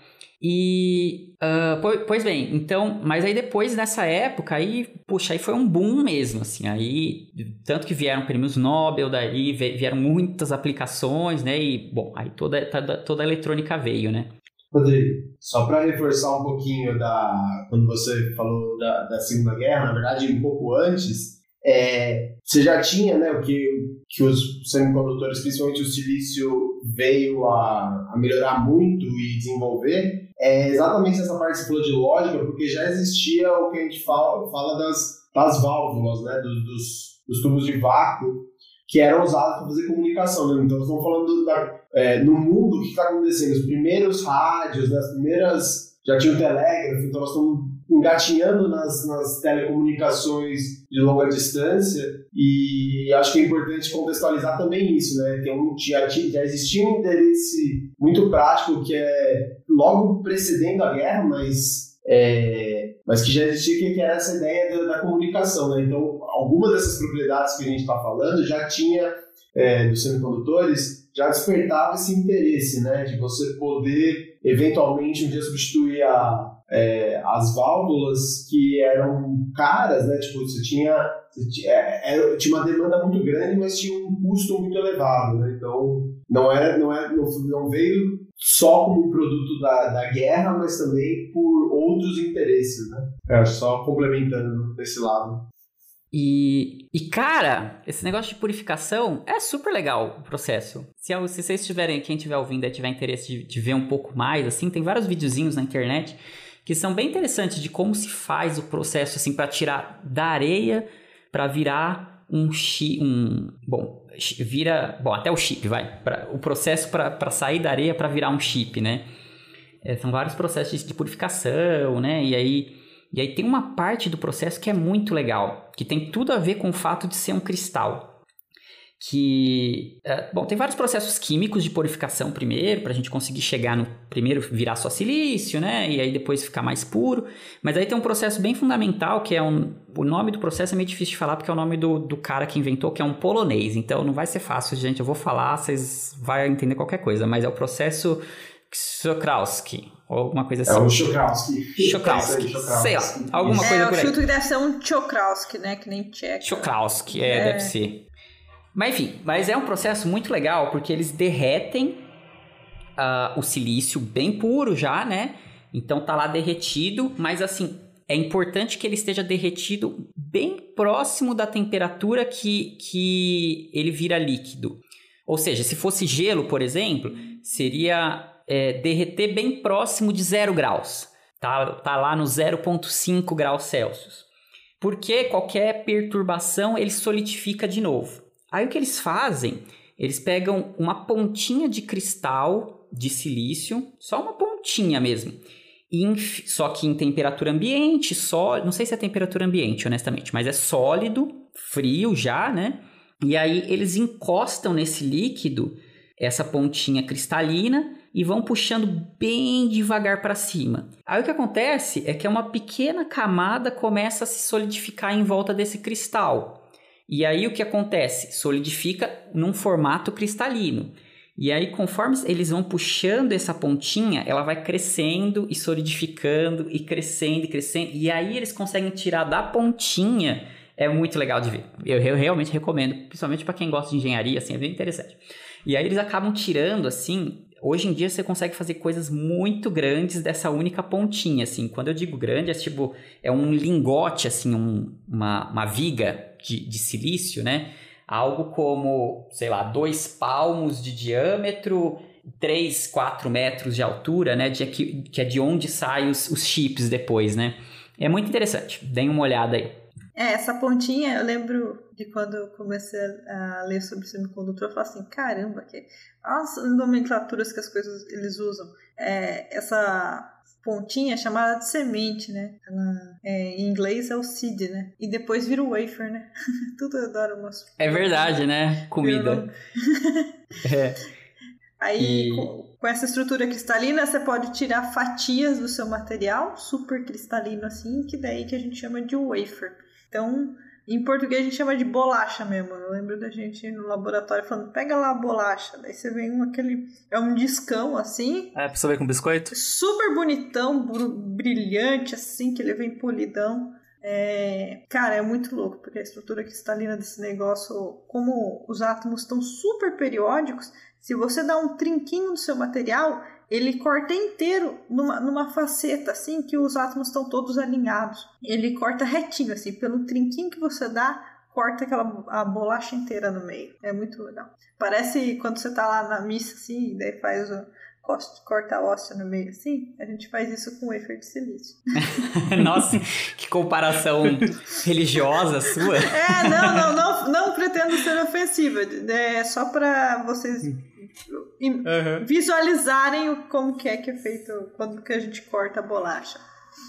E, pois bem, então... Mas aí depois, nessa época, aí foi um boom mesmo, assim. Aí, tanto que vieram prêmios Nobel, daí vieram muitas aplicações, né? E, bom, aí toda a eletrônica veio, né? Rodrigo, só para reforçar um pouquinho quando você falou da Segunda Guerra, na verdade, um pouco antes, você já tinha, né, o que os semicondutores, principalmente o silício, veio a melhorar muito e desenvolver, exatamente essa parte que você falou de lógica, porque já existia o que a gente fala das válvulas, né, dos tubos de vácuo, que eram usados para fazer comunicação, né? Então, nós estamos falando no mundo, o que está acontecendo? Os primeiros rádios, né? As primeiras... Já tinha o telégrafo, então nós estamos engatinhando nas telecomunicações de longa distância, e acho que é importante contextualizar também isso, né? Já existia um interesse muito prático, que é logo precedendo a guerra, mas que já existia, que era essa ideia da comunicação, né? Então, algumas dessas propriedades que a gente está falando já tinha, dos semicondutores, já despertava esse interesse, né? De você poder, eventualmente, um dia substituir as válvulas que eram caras, né? Tipo, você tinha uma demanda muito grande, mas tinha um custo muito elevado, né? Então, não veio só como um produto da guerra, mas também por outros interesses, né? Só complementando esse lado. E, cara, esse negócio de purificação é super legal o processo. Se vocês tiverem, quem estiver ouvindo e tiver interesse de ver um pouco mais, assim, tem vários videozinhos na internet que são bem interessantes de como se faz o processo, assim, para tirar da areia para virar até o chip, o processo para sair da areia para virar um chip, né? São vários processos de purificação, né? E aí E aí tem uma parte do processo que é muito legal, que tem tudo a ver com o fato de ser um cristal. Tem vários processos químicos de purificação primeiro, para a gente conseguir chegar no primeiro virar só silício, né? E aí depois ficar mais puro. Mas aí tem um processo bem fundamental, que é o nome do processo é meio difícil de falar, porque é o nome do cara que inventou, que é um polonês. Então não vai ser fácil, gente. Eu vou falar, vocês vão entender qualquer coisa. Mas é o processo Czochralski, ou alguma coisa assim. É o Czochralski. Czochralski, sei lá, alguma coisa por aí. Eu chuto que deve ser um Czochralski, né? Que nem tcheco. Czochralski, deve ser. Mas enfim, é um processo muito legal, porque eles derretem o silício bem puro já, né? Então tá lá derretido, mas assim, é importante que ele esteja derretido bem próximo da temperatura que ele vira líquido. Ou seja, se fosse gelo, por exemplo, seria derreter bem próximo de 0 graus. Tá lá no 0,5 graus Celsius. Porque qualquer perturbação, ele solidifica de novo. Aí o que eles fazem? Eles pegam uma pontinha de cristal de silício, só uma pontinha mesmo, só que em temperatura ambiente, não sei se é temperatura ambiente, honestamente, mas é sólido, frio já, né? E aí eles encostam nesse líquido, essa pontinha cristalina, e vão puxando bem devagar para cima. Aí o que acontece é que uma pequena camada começa a se solidificar em volta desse cristal. E aí o que acontece? Solidifica num formato cristalino. E aí conforme eles vão puxando essa pontinha, ela vai crescendo e solidificando e crescendo e crescendo. E aí eles conseguem tirar da pontinha. É muito legal de ver. Eu realmente recomendo, principalmente para quem gosta de engenharia, assim, é bem interessante. E aí eles acabam tirando, assim... Hoje em dia você consegue fazer coisas muito grandes dessa única pontinha, assim. Quando eu digo grande, é um lingote, assim, uma viga de silício, né? Algo como, sei lá, 2 palmos de diâmetro, 3, 4 metros de altura, né? Que é de onde saem os chips depois, né? É muito interessante. Deem uma olhada aí. Essa pontinha, eu lembro de quando eu comecei a ler sobre semicondutor, eu falei assim, caramba, as nomenclaturas que as coisas eles usam. Essa pontinha é chamada de semente, né? Em inglês é o seed, né? E depois vira o wafer, né? Tudo eu adoro umas... É verdade, né? Comida. Aí, com essa estrutura cristalina, você pode tirar fatias do seu material, super cristalino assim, que daí que a gente chama de wafer. Então, em português a gente chama de bolacha mesmo. Eu lembro da gente no laboratório falando, pega lá a bolacha. Daí você vem é um discão assim. Pra você ver com biscoito? Super bonitão, brilhante assim, que ele vem polidão. Cara, é muito louco, porque a estrutura cristalina desse negócio, como os átomos estão super periódicos, se você dá um trinquinho no seu material, ele corta inteiro numa faceta, assim, que os átomos estão todos alinhados. Ele corta retinho, assim, pelo trinquinho que você dá, corta a bolacha inteira no meio. É muito legal. Parece quando você tá lá na missa, assim, daí faz corta a hóstia no meio, assim. A gente faz isso com wafer de silício. Nossa, que comparação religiosa sua. Não pretendo ser ofensiva. É só pra vocês... visualizarem como que é feito quando que a gente corta a bolacha.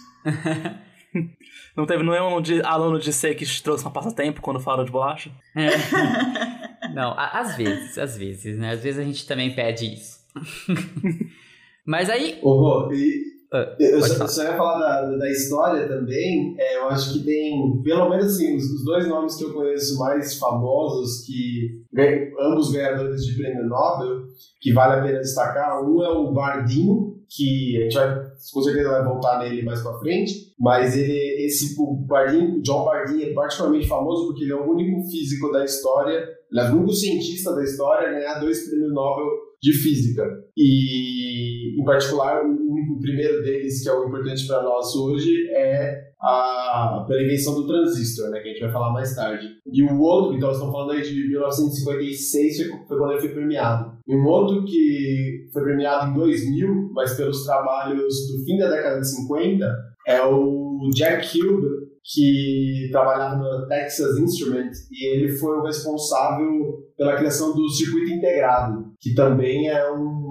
Não teve aluno de C que te trouxe uma passatempo quando falaram de bolacha? Não, às vezes, né? Às vezes a gente também pede isso. Mas aí... Eu só ia falar da história também. Eu acho que tem, pelo menos assim, os 2 nomes que eu conheço mais famosos, que ambos ganhadores de prêmio Nobel, que vale a pena destacar. Um é o Bardeen, que a gente com certeza vai voltar nele mais pra frente, mas o John Bardeen é particularmente famoso porque ele é o único físico da história, o único cientista da história a ganhar 2 prêmios Nobel de física. E, em particular, o primeiro deles, que é o importante para nós hoje, é pela invenção do transistor, né, que a gente vai falar mais tarde. E o outro, então, nós estamos falando aí de 1956, foi quando ele foi premiado. E um outro que foi premiado em 2000, mas pelos trabalhos do fim da década de 50, é o Jack Kilby, que trabalhava na Texas Instruments, e ele foi o responsável pela criação do circuito integrado, que também é um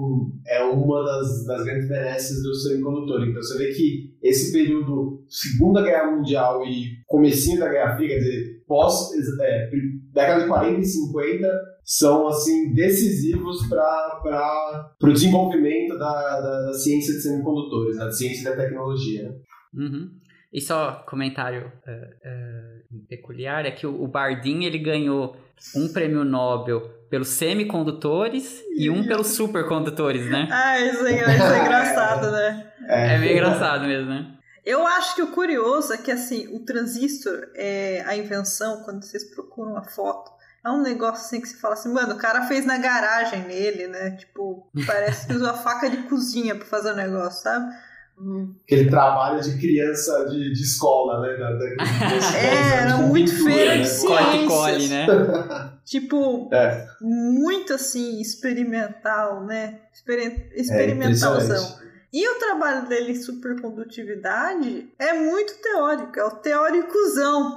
é uma das grandes benesses do semicondutor. Então você vê que esse período, Segunda Guerra Mundial e comecinho da Guerra Fria, quer dizer, década de 40 e 50, são assim, decisivos para o desenvolvimento da ciência de semicondutores, da ciência da tecnologia. Né? Uhum. E só comentário peculiar é que o Bardeen ele ganhou um prêmio Nobel pelos semicondutores e um pelos supercondutores, né? Isso é engraçado, né? É meio engraçado mesmo, né? Eu acho que o curioso é que, assim, o transistor, a invenção, quando vocês procuram a foto, é um negócio assim que você fala assim, mano, o cara fez na garagem nele, né? Tipo, parece que usou a faca de cozinha pra fazer o negócio, sabe? Aquele trabalho de criança de escola, né? Era muito feira de ciências. Corte e cole, né? Tipo, muito assim, experimental, né? Experimentalzão. E o trabalho dele em supercondutividade é muito teórico, é o teóricozão.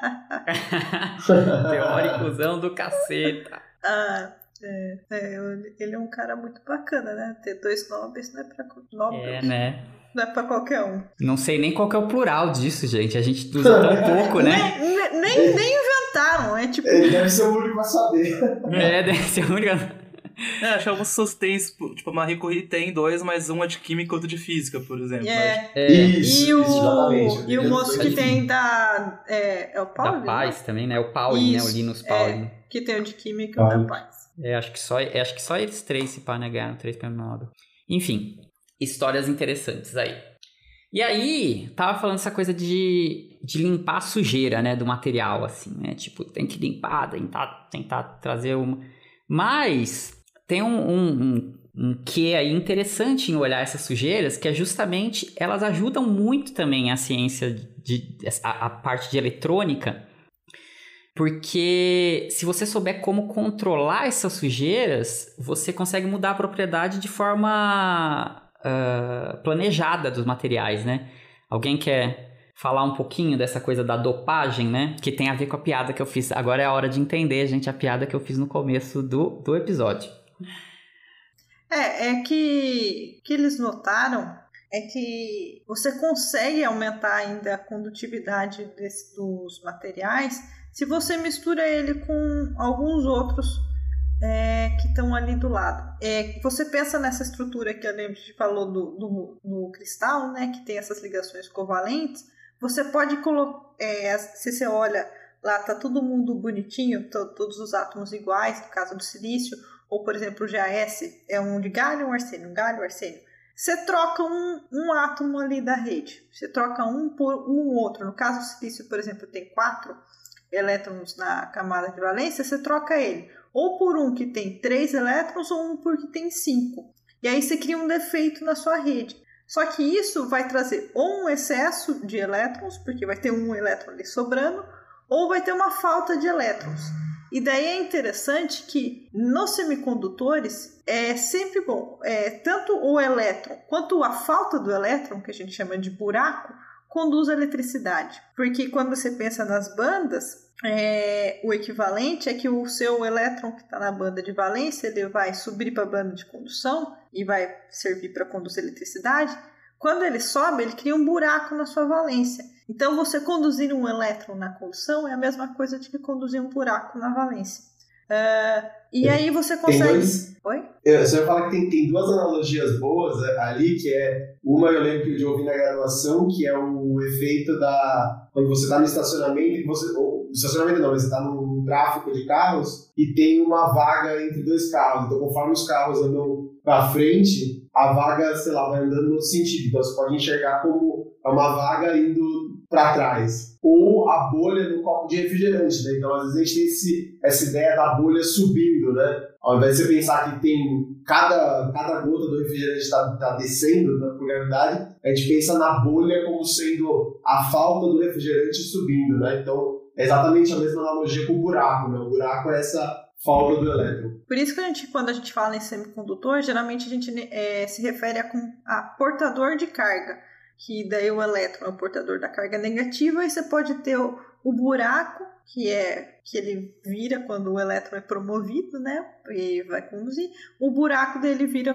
Teóricozão do caceta. Ele é um cara muito bacana, né? Ter 2 Nobels não é pra Nobel. Né? Não é pra qualquer um. Não sei nem qual que é o plural disso, gente. A gente usa tão pouco, né? Nem inventaram, é tipo... Ele deve ser o único a saber. Deve ser o único... Acho que algumas pessoas têm, tipo, a Marie Curie tem 2, mas um é de química e outro de física, por exemplo. Isso, exatamente. E o moço que tem da... É o Paulo? Da Paz também, né? O Pauling, né? O Linus Pauling. Que tem o de química e o da Paz. Acho que só eles 3 se pá, né? Ganharam 3 prêmios Nobel. Enfim, histórias interessantes aí. E aí, tava falando essa coisa de limpar a sujeira, né? Do material, assim, né? Tipo, tem que limpar, tentar trazer uma... Mas... Tem um quê aí interessante em olhar essas sujeiras, que é justamente, elas ajudam muito também a ciência, a parte de eletrônica, porque se você souber como controlar essas sujeiras, você consegue mudar a propriedade de forma planejada dos materiais, né? Alguém quer falar um pouquinho dessa coisa da dopagem, né? Que tem a ver com a piada que eu fiz. Agora é a hora de entender, gente, a piada que eu fiz no começo do episódio. Que eles notaram é que você consegue aumentar ainda a condutividade dos materiais se você mistura ele com alguns outros que estão ali do lado. Você pensa nessa estrutura que a gente falou do cristal, né, que tem essas ligações covalentes, você pode colocar, se você olha lá, tá todo mundo bonitinho, todos os átomos iguais, no caso do silício, ou, por exemplo, o GaS é um de galho e um arsênio, Você troca um átomo ali da rede. Você troca um por um outro. No caso, o silício, por exemplo, tem 4 elétrons na camada de valência, você troca ele. Ou por um que tem 3 elétrons, ou um por que tem 5. E aí você cria um defeito na sua rede. Só que isso vai trazer ou um excesso de elétrons, porque vai ter um elétron ali sobrando, ou vai ter uma falta de elétrons. E daí é interessante que nos semicondutores é sempre bom, tanto o elétron quanto a falta do elétron, que a gente chama de buraco, conduz a eletricidade. Porque quando você pensa nas bandas, o equivalente é que o seu elétron que está na banda de valência, ele vai subir para a banda de condução e vai servir para conduzir eletricidade. Quando ele sobe, ele cria um buraco na sua valência. Então, você conduzir um elétron na condução é a mesma coisa de que conduzir um buraco na valência. Aí você consegue... Oi? Você vai falar que tem 2 analogias boas ali, que é... Uma eu lembro que eu ouvi na graduação, que é o efeito quando você está no estacionamento, estacionamento não, mas você está num tráfego de carros e tem uma vaga entre 2 carros. Então, conforme os carros andam para frente, a vaga, sei lá, vai andando no outro sentido. Então, você pode enxergar como uma vaga indo para trás. Ou a bolha no copo de refrigerante, né? Então, às vezes, a gente tem essa ideia da bolha subindo, né? Ao invés de você pensar que tem cada gota do refrigerante está descendo por gravidade, a gente pensa na bolha como sendo a falta do refrigerante subindo, né? Então, é exatamente a mesma analogia com o buraco, né? O buraco é essa falta do elétron. Por isso que quando a gente fala em semicondutor, geralmente a gente se refere a portador de carga, que daí o elétron é o portador da carga negativa, e você pode ter o buraco, que ele vira quando o elétron é promovido, né? E vai conduzir. O buraco dele vira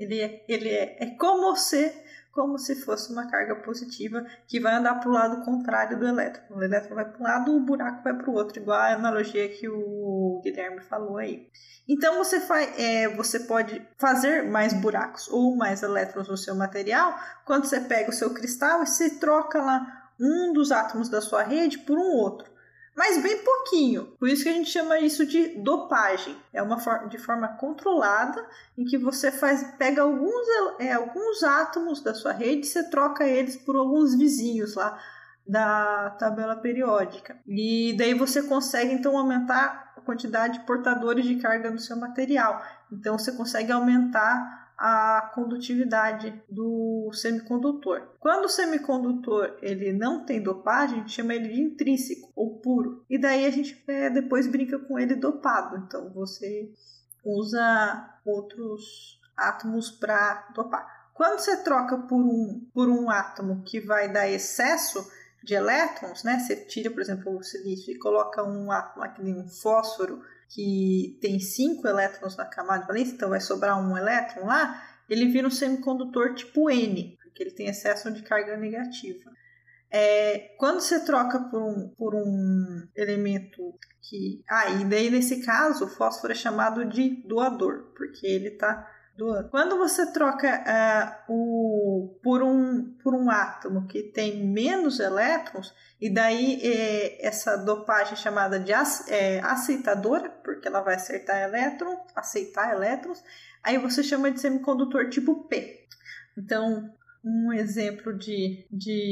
como se fosse uma carga positiva que vai andar para o lado contrário do elétron. O elétron vai para um lado, o buraco vai para o outro, igual a analogia que o Guilherme falou aí. Então você pode fazer mais buracos ou mais elétrons no seu material quando você pega o seu cristal e você troca lá um dos átomos da sua rede por um outro. Mas bem pouquinho. Por isso que a gente chama isso de dopagem. É uma forma de forma controlada em que você pega alguns átomos da sua rede e você troca eles por alguns vizinhos lá da tabela periódica. E daí você consegue então aumentar a quantidade de portadores de carga no seu material. Então você consegue aumentar a condutividade do semicondutor. Quando o semicondutor ele não tem dopagem, a gente chama ele de intrínseco ou puro. E daí a gente depois brinca com ele dopado. Então você usa outros átomos para dopar. Quando você troca por um átomo que vai dar excesso de elétrons, né? Você tira, por exemplo, o silício e coloca um átomo aqui em um fósforo que tem 5 elétrons na camada de valência, então vai sobrar um elétron lá, ele vira um semicondutor tipo N, porque ele tem excesso de carga negativa. Quando você troca por um elemento que... e daí nesse caso o fósforo é chamado de doador, porque ele está doando. Quando você troca por um átomo que tem menos elétrons, e daí essa dopagem chamada de aceitadora, porque ela vai aceitar elétrons, aí você chama de semicondutor tipo P. Então, um exemplo de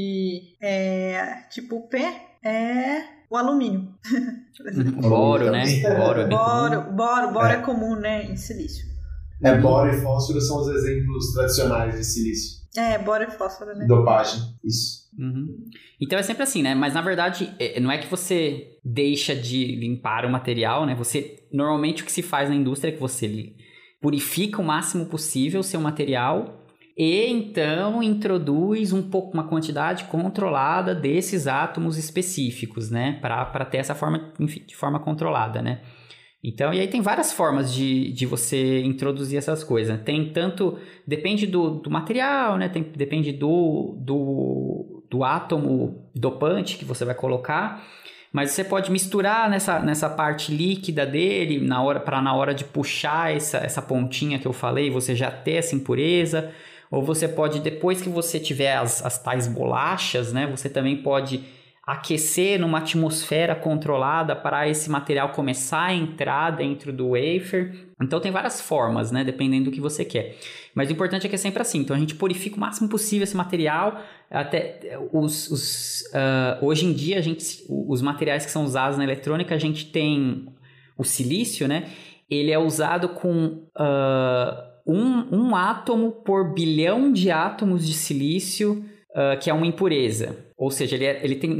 tipo P é o alumínio. Boro, né? Boro é comum, né, em silício. Boro e fósforo são os exemplos tradicionais de silício. Boro e fósforo, né? Dopagem, isso. Uhum. Então é sempre assim, né? Mas na verdade, não é que você deixa de limpar o material, né? Normalmente o que se faz na indústria é que você purifica o máximo possível o seu material e então introduz uma quantidade controlada desses átomos específicos, né? Para ter essa forma, enfim, de forma controlada, né? Então, e aí tem várias formas de você introduzir essas coisas. Depende do material, né? Depende do átomo dopante que você vai colocar, mas você pode misturar nessa parte líquida dele, na hora de puxar essa pontinha que eu falei, você já ter essa impureza, ou você pode, depois que você tiver as tais bolachas, né? Você também pode aquecer numa atmosfera controlada para esse material começar a entrar dentro do wafer. Então tem várias formas, né? Dependendo do que você quer. Mas o importante é que é sempre assim. Então a gente purifica o máximo possível esse material. Até hoje em dia, os materiais que são usados na eletrônica, a gente tem o silício, né? Ele é usado com um átomo por bilhão de átomos de silício, que é uma impureza. Ou seja, ele tem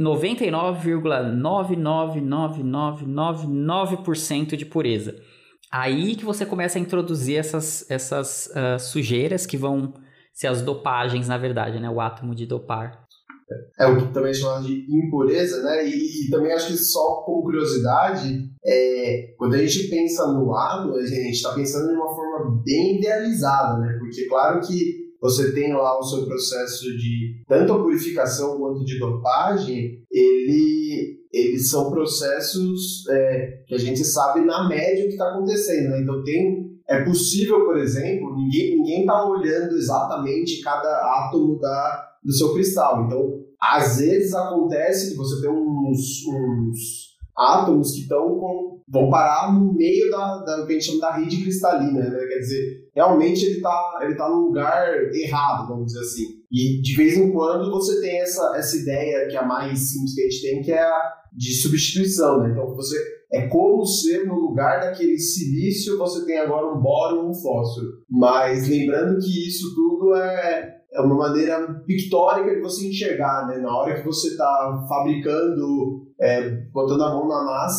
99,99999% de pureza. Aí que você começa a introduzir essas sujeiras que vão ser as dopagens, na verdade, né? O átomo de dopar. O que também é chamado de impureza, né? E também acho que só como curiosidade, quando a gente pensa no átomo, a gente está pensando de uma forma bem idealizada, né? Porque claro que você tem lá o seu processo de tanto a purificação quanto de dopagem, eles são processos que a gente sabe na média o que está acontecendo, né? Então é possível, por exemplo, ninguém está olhando exatamente cada átomo do seu cristal. Então, às vezes acontece que você tem uns átomos que vão parar no meio do que a gente chama da rede cristalina, né? Quer dizer, realmente ele tá no lugar errado, vamos dizer assim. E de vez em quando você tem essa ideia que é a mais simples que a gente tem, que é a de substituição, né? Então é como se no lugar daquele silício você tem agora um boro ou um fósforo. Mas lembrando que isso tudo é uma maneira pictórica de você enxergar, né? Na hora que você está fabricando, botando a mão na massa,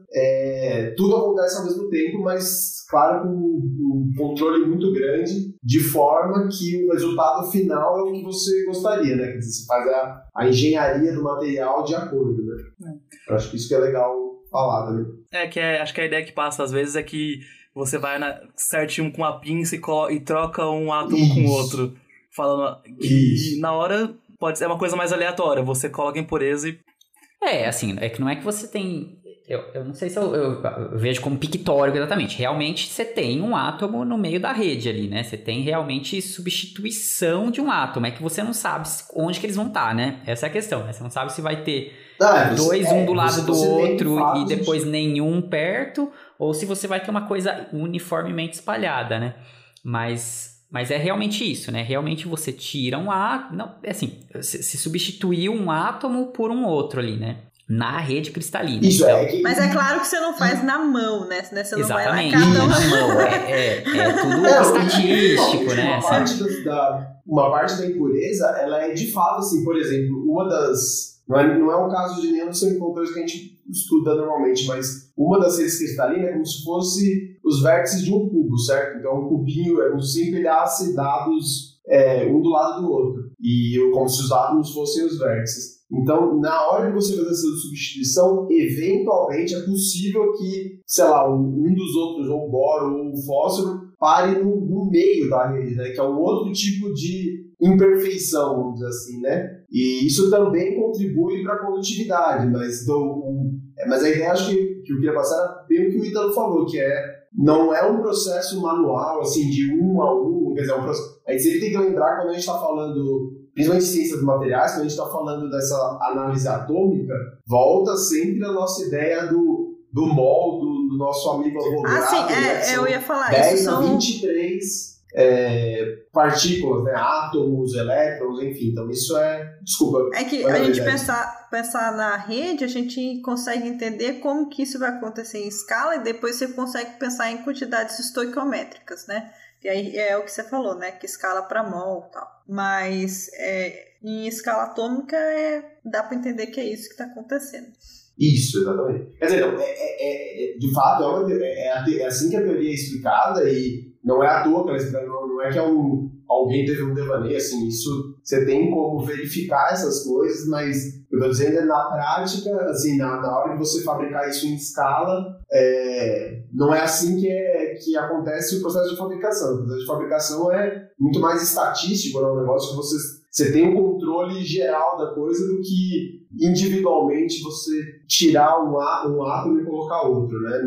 tudo acontece ao mesmo tempo, mas, claro, com um controle muito grande, de forma que o resultado final é o que você gostaria, né? Quer dizer, você faz a engenharia do material de acordo, né? Eu acho que isso que é legal falar, né? Acho que a ideia que passa às vezes é que você vai certinho com uma pinça e troca um átomo com o outro. Falando que na hora pode ser uma coisa mais aleatória, você coloca impureza e... Assim, é que não é que você tem... Eu não sei se eu vejo como pictórico exatamente. Realmente você tem um átomo no meio da rede ali, né? Você tem realmente substituição de um átomo. É que você não sabe onde que eles vão estar, né? Essa é a questão, né? Você não sabe se vai ter dois, um do lado do outro e depois nenhum perto, ou se você vai ter uma coisa uniformemente espalhada, né? Mas é realmente isso, né? Realmente você tira um átomo... Não, assim, se substituiu um átomo por um outro ali, né? Na rede cristalina. Isso então. Mas é claro que você não faz na mão, né? Você não exatamente, vai lá na mão. É tudo estatístico, né? Uma parte da impureza, ela é de fato, assim, por exemplo, uma das... Não é um caso de nenhum dos semicondutores que a gente estuda normalmente, mas uma das redes cristalinas é como se fosse os vértices de um cubo, certo? Então, um cubinho é como se empilhasse dados um do lado do outro, e como se os átomos fossem os vértices. Então, na hora de você fazer essa substituição, eventualmente é possível que, sei lá, um dos outros, ou o boro ou o fósforo, pare no meio da rede, né? Que é um outro tipo de imperfeição, vamos dizer assim, né? E isso também contribui para a condutividade, mas a ideia, acho que eu queria passar era bem o que o Ítalo falou, que não é um processo manual, assim, de um a um, quer dizer, a gente sempre tem que lembrar quando a gente está falando, principalmente de ciência dos materiais, quando a gente está falando dessa análise atômica, volta sempre a nossa ideia do mol, do nosso amigo Avogadro, sim, eu ia falar 10 isso. a 23 partículas, né? Átomos, elétrons, enfim. Então isso desculpa. É que a gente pensar na rede, a gente consegue entender como que isso vai acontecer em escala e depois você consegue pensar em quantidades estoiquiométricas, né? E aí é o que você falou, né? Que escala para mol e tal. Mas em escala atômica dá para entender que é isso que está acontecendo. Isso, exatamente. Quer dizer, de fato, é assim que a teoria é explicada e não é à toa que ela é explicada, não é que alguém teve um devaneio, assim, isso você tem como verificar essas coisas, mas o que eu estou dizendo é na prática, assim, na hora de você fabricar isso em escala, não é assim que acontece o processo de fabricação. O processo de fabricação é muito mais estatístico, é um negócio que você tem um controle geral da coisa do que individualmente você tirar um átomo e colocar outro, né?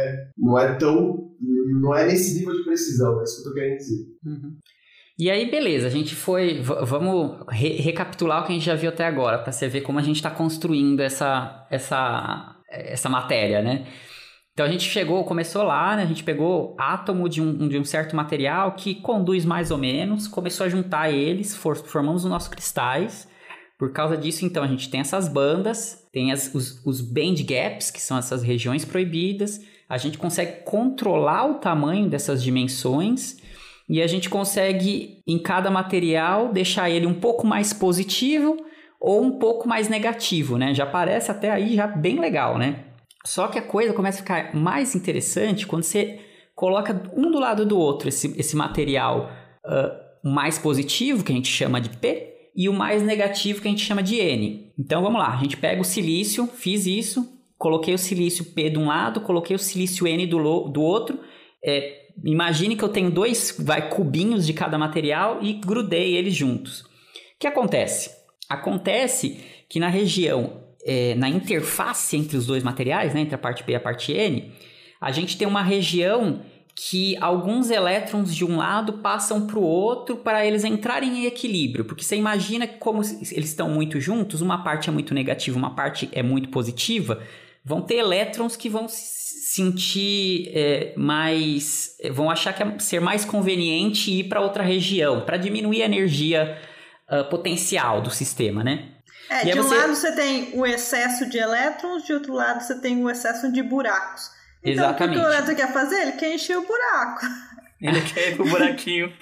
Não é nesse nível de precisão, é isso que eu estou querendo dizer. Uhum. E aí, beleza, a gente foi... Vamos recapitular o que a gente já viu até agora, para você ver como a gente está construindo essa matéria, né? Então a gente começou lá, né? A gente pegou átomo de um certo material que conduz mais ou menos, começou a juntar eles, formamos os nossos cristais. Por causa disso, então, a gente tem essas bandas, tem os band gaps, que são essas regiões proibidas. A gente consegue controlar o tamanho dessas dimensões e a gente consegue, em cada material, deixar ele um pouco mais positivo ou um pouco mais negativo, né? Já parece até aí já bem legal, né? Só que a coisa começa a ficar mais interessante quando você coloca um do lado do outro esse material mais positivo, que a gente chama de P, e o mais negativo, que a gente chama de N. Então vamos lá, a gente pega o silício, fiz isso, coloquei o silício P de um lado, coloquei o silício N do outro. Imagine que eu tenho dois cubinhos de cada material e grudei eles juntos. O que acontece? Acontece que na região... na interface entre os dois materiais, né, entre a parte P e a parte N, a gente tem uma região que alguns elétrons de um lado passam para o outro para eles entrarem em equilíbrio, porque você imagina que como eles estão muito juntos, uma parte é muito negativa, uma parte é muito positiva, vão ter elétrons que vão sentir vão achar que é ser mais conveniente ir para outra região, para diminuir a energia potencial do sistema, né? De um lado você tem o excesso de elétrons, de outro lado você tem o excesso de buracos. Então, exatamente. O que o elétron quer fazer? Ele quer encher o buraco. Ele quer ir pro buraquinho.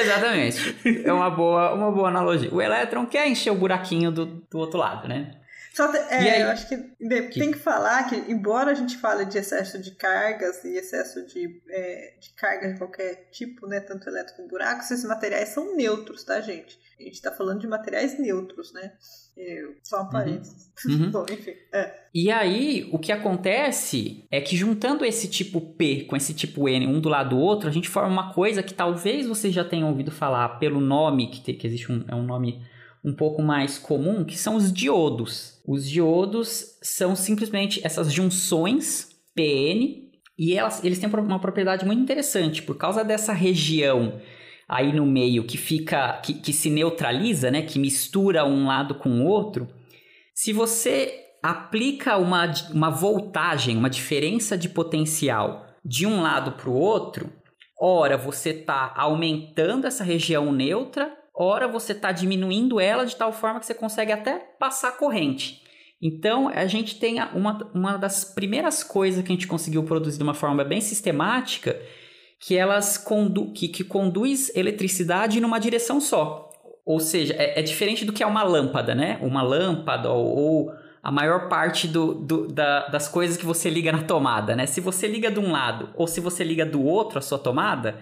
Exatamente. É uma boa analogia. O elétron quer encher o buraquinho do outro lado, né? Eu acho que tem que falar que, embora a gente fale de excesso de cargas e excesso de carga de qualquer tipo, né, tanto elétrico como buraco, esses materiais são neutros, tá, gente? A gente tá falando de materiais neutros, né? Só um parênteses. Bom, enfim. E aí, o que acontece é que juntando esse tipo P com esse tipo N, um do lado do outro, a gente forma uma coisa que talvez vocês já tenham ouvido falar pelo nome, que existe um nome um pouco mais comum, que são os diodos. Os diodos são simplesmente essas junções PN, e eles têm uma propriedade muito interessante, por causa dessa região aí no meio que se neutraliza, né, que mistura um lado com o outro. Se você aplica uma voltagem, uma diferença de potencial de um lado para o outro, ora você está aumentando essa região neutra, ora você está diminuindo ela de tal forma que você consegue até passar a corrente. Então, a gente tem uma das primeiras coisas que a gente conseguiu produzir de uma forma bem sistemática, que elas que conduz eletricidade numa direção só. Ou seja, é diferente do que é uma lâmpada, né? Uma lâmpada ou a maior parte das coisas que você liga na tomada, né? Se você liga de um lado ou se você liga do outro a sua tomada,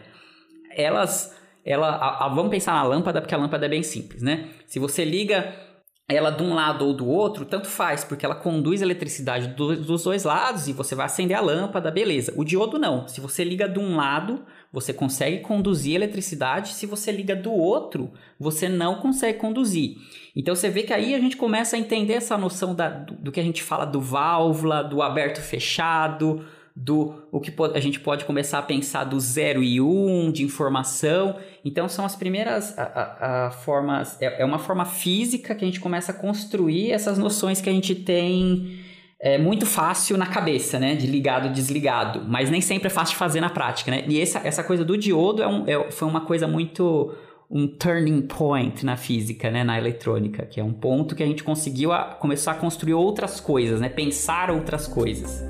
vamos pensar na lâmpada, porque a lâmpada é bem simples, né? Se você liga ela de um lado ou do outro, tanto faz, porque ela conduz a eletricidade dos dois lados e você vai acender a lâmpada, beleza. O diodo não. Se você liga de um lado, você consegue conduzir a eletricidade. Se você liga do outro, você não consegue conduzir. Então você vê que aí a gente começa a entender essa noção do que a gente fala do válvula, do aberto-fechado, o que a gente pode começar a pensar do 0 e 1, de informação. Então são as primeiras formas, é uma forma física que a gente começa a construir essas noções que a gente tem muito fácil na cabeça, né, de ligado e desligado, mas nem sempre é fácil de fazer na prática, né? E essa coisa do diodo foi uma coisa muito, um turning point na física, né, na eletrônica, que é um ponto que a gente conseguiu começar a construir outras coisas, né, pensar outras coisas.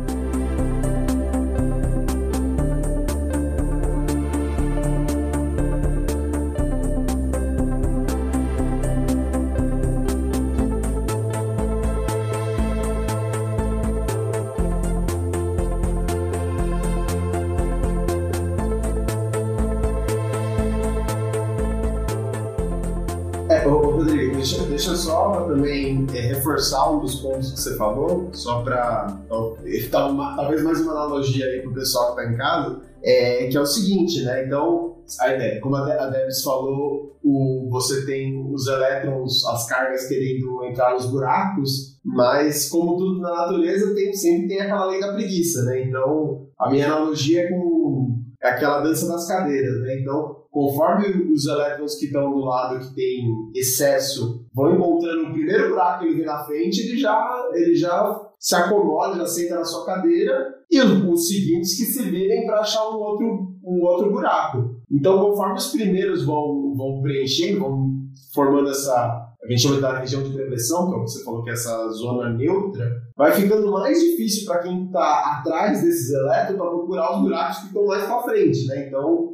Rodrigo, deixa eu só também reforçar um dos pontos que você falou, só para dar talvez mais uma analogia aí para o pessoal que está em casa, que é o seguinte, né? Então, a ideia, como a Debs falou, você tem os elétrons, as cargas querendo entrar nos buracos, mas como tudo na natureza, sempre tem aquela lei da preguiça, né? Então, a minha analogia é aquela dança das cadeiras, né? Então, conforme os elétrons que estão do lado que tem excesso vão encontrando o primeiro buraco que ele vê na frente, ele já se acomoda, já senta na sua cadeira, e os seguintes que se virem para achar um outro buraco. Então, conforme os primeiros vão preenchendo, vão formando a gente chama da região de depressão, que é o que você falou que é essa zona neutra, vai ficando mais difícil para quem está atrás desses elétrons para procurar os buracos que estão mais para frente, né? Então,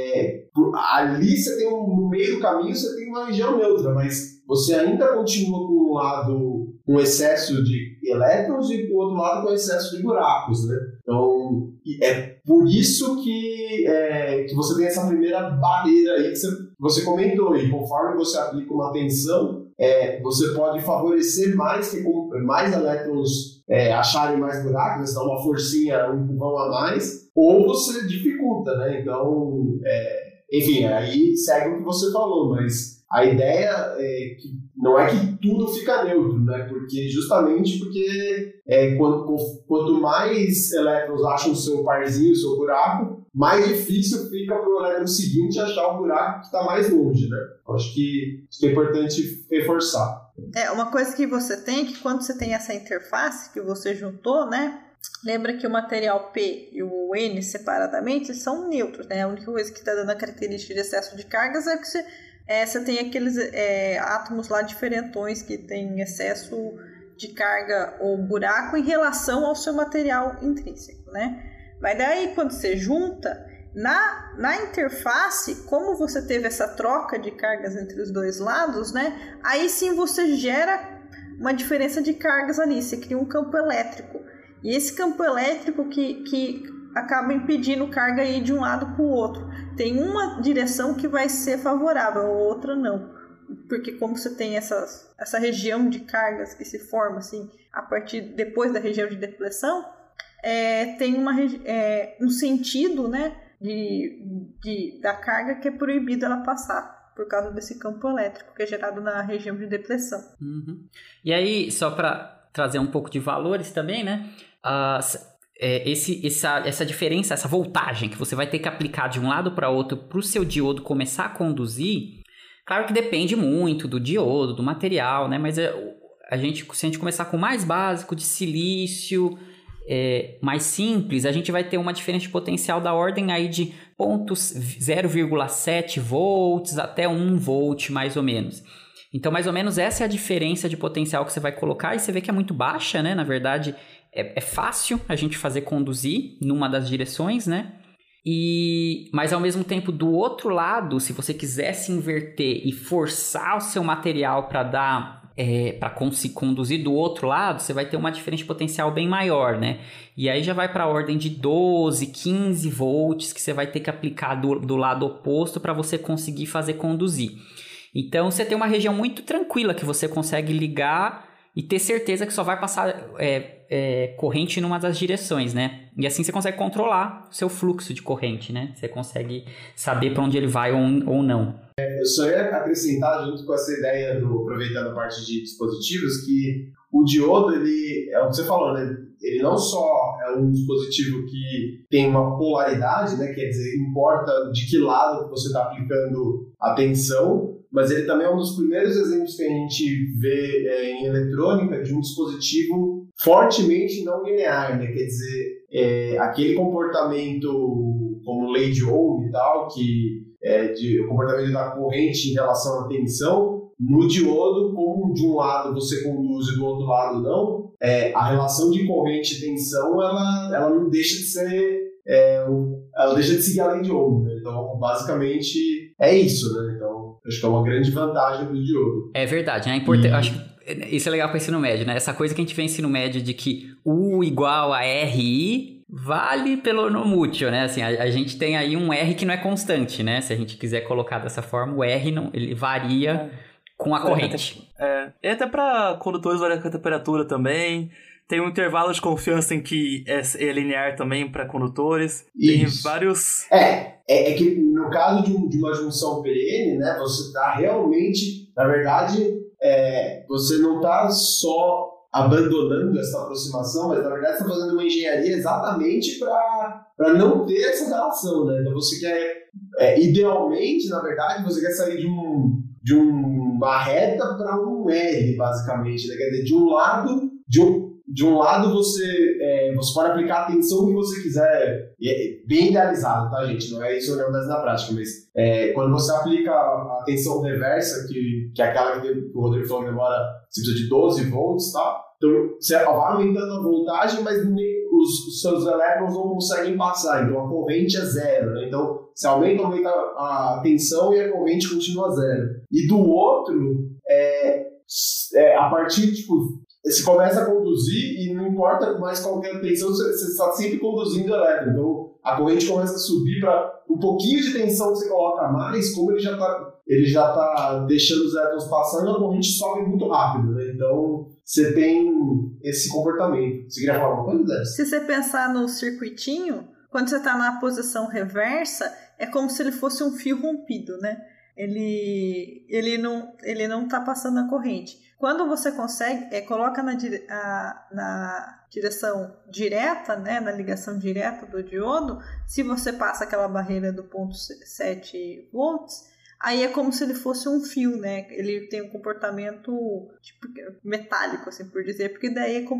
ali você tem no meio do caminho você tem uma região neutra, mas você ainda continua com um lado com excesso de elétrons e com o outro lado com excesso de buracos, né? Então, é por isso que você tem essa primeira barreira aí que você comentou, e conforme você aplica uma tensão, você pode favorecer mais que mais elétrons acharem mais buracos, né? Você dá uma forcinha, um empurrão a mais, ou você dificulta, né? Então, enfim, aí segue o que você falou, mas a ideia não é que tudo fica neutro, né? Justamente porque quanto mais elétrons acham o seu parzinho, o seu buraco, mais difícil fica para o elétron seguinte achar o buraco que está mais longe, né? Acho que isso é importante reforçar. Uma coisa que você tem, que quando você tem essa interface que você juntou, né? Lembra que o material P e o N separadamente são neutros, né? A única coisa que está dando a característica de excesso de cargas é que você tem aqueles átomos lá diferentões que tem excesso de carga ou buraco em relação ao seu material intrínseco, né? Mas daí quando você junta, na interface, como você teve essa troca de cargas entre os dois lados, né? Aí sim você gera uma diferença de cargas ali, você cria um campo elétrico. E esse campo elétrico que acaba impedindo carga ir de um lado para o outro. Tem uma direção que vai ser favorável, a outra não. Porque como você tem essa região de cargas que se forma assim, a partir depois da região de depressão, tem um sentido, né, da carga que é proibido ela passar. Por causa desse campo elétrico que é gerado na região de depressão. Uhum. E aí, só para trazer um pouco de valores também, né? Essa diferença, essa voltagem que você vai ter que aplicar de um lado para outro para o seu diodo começar a conduzir, claro que depende muito do diodo, do material, né? Mas se a gente começar com o mais básico, de silício, mais simples, a gente vai ter uma diferença de potencial da ordem aí de 0,7 volts até 1 volt, mais ou menos. Então, mais ou menos, essa é a diferença de potencial que você vai colocar, e você vê que é muito baixa, né? Na verdade, é fácil a gente fazer conduzir numa das direções, né? Mas, ao mesmo tempo, do outro lado, se você quisesse inverter e forçar o seu material para dar... para conduzir do outro lado, você vai ter uma diferença de potencial bem maior, né? E aí já vai para a ordem de 12, 15 volts que você vai ter que aplicar do lado oposto para você conseguir fazer conduzir. Então, você tem uma região muito tranquila que você consegue ligar e ter certeza que só vai passar corrente numa das direções, né? E assim você consegue controlar o seu fluxo de corrente, né? Você consegue saber para onde ele vai ou não. Eu só ia acrescentar, junto com essa ideia aproveitando a parte de dispositivos, que o diodo, ele é o que você falou, né? Ele não só é um dispositivo que tem uma polaridade, né? Quer dizer, importa de que lado que você está aplicando a tensão, mas ele também é um dos primeiros exemplos que a gente vê em eletrônica de um dispositivo fortemente não linear, né? Quer dizer, aquele comportamento como lei de Ohm e tal, que o comportamento da corrente em relação à tensão, no diodo, como de um lado você conduz e do outro lado não, a relação de corrente e tensão, ela não deixa de ser, ela deixa de seguir a lei de Ohm, né? Então, basicamente, é isso, né? Então, acho que é uma grande vantagem do diodo. É verdade, né? Acho que isso é legal para o ensino médio, né? Essa coisa que a gente vê no ensino médio de que U igual a RI vale pelo no mútil, né? Assim, a gente tem aí um R que não é constante, né? Se a gente quiser colocar dessa forma, o R ele varia com a corrente. E até para condutores varia com a temperatura também. Tem um intervalo de confiança em que é linear também para condutores. Isso. Tem vários... É que no caso de uma junção PN, né? Você está realmente, na verdade, você não está só abandonando essa aproximação, mas na verdade você está fazendo uma engenharia exatamente para não ter essa relação, né? Então você quer, idealmente, na verdade, você quer sair de uma reta para um R, basicamente, né? Quer dizer, de um lado você pode aplicar a tensão que você quiser, bem idealizado, tá, gente? Não é isso que acontece na prática, mas quando você aplica a tensão reversa, que é aquela que o Rodrigo falou que você precisa de 12 volts, tá? Então você vai aumentando a voltagem, mas os seus elétrons não conseguem passar, então a corrente é zero, né? Então você aumenta a tensão e a corrente continua zero. E do outro, a partir, você começa a conduzir e não importa mais qual que é a tensão, você está sempre conduzindo elétron. Então, a corrente começa a subir para um pouquinho de tensão que você coloca a mais, como ele já tá deixando os elétrons passando, a corrente sobe muito rápido, né? Então, você tem esse comportamento. Você queria falar alguma coisa dessa? Se você pensar no circuitinho, quando você está na posição reversa, é como se ele fosse um fio rompido, né? Ele não está passando a corrente. Quando você consegue, coloca na direção direta, né, na ligação direta do diodo, se você passa aquela barreira do 0,7 volts, aí é como se ele fosse um fio, né? Ele tem um comportamento tipo metálico, assim por dizer, porque daí é como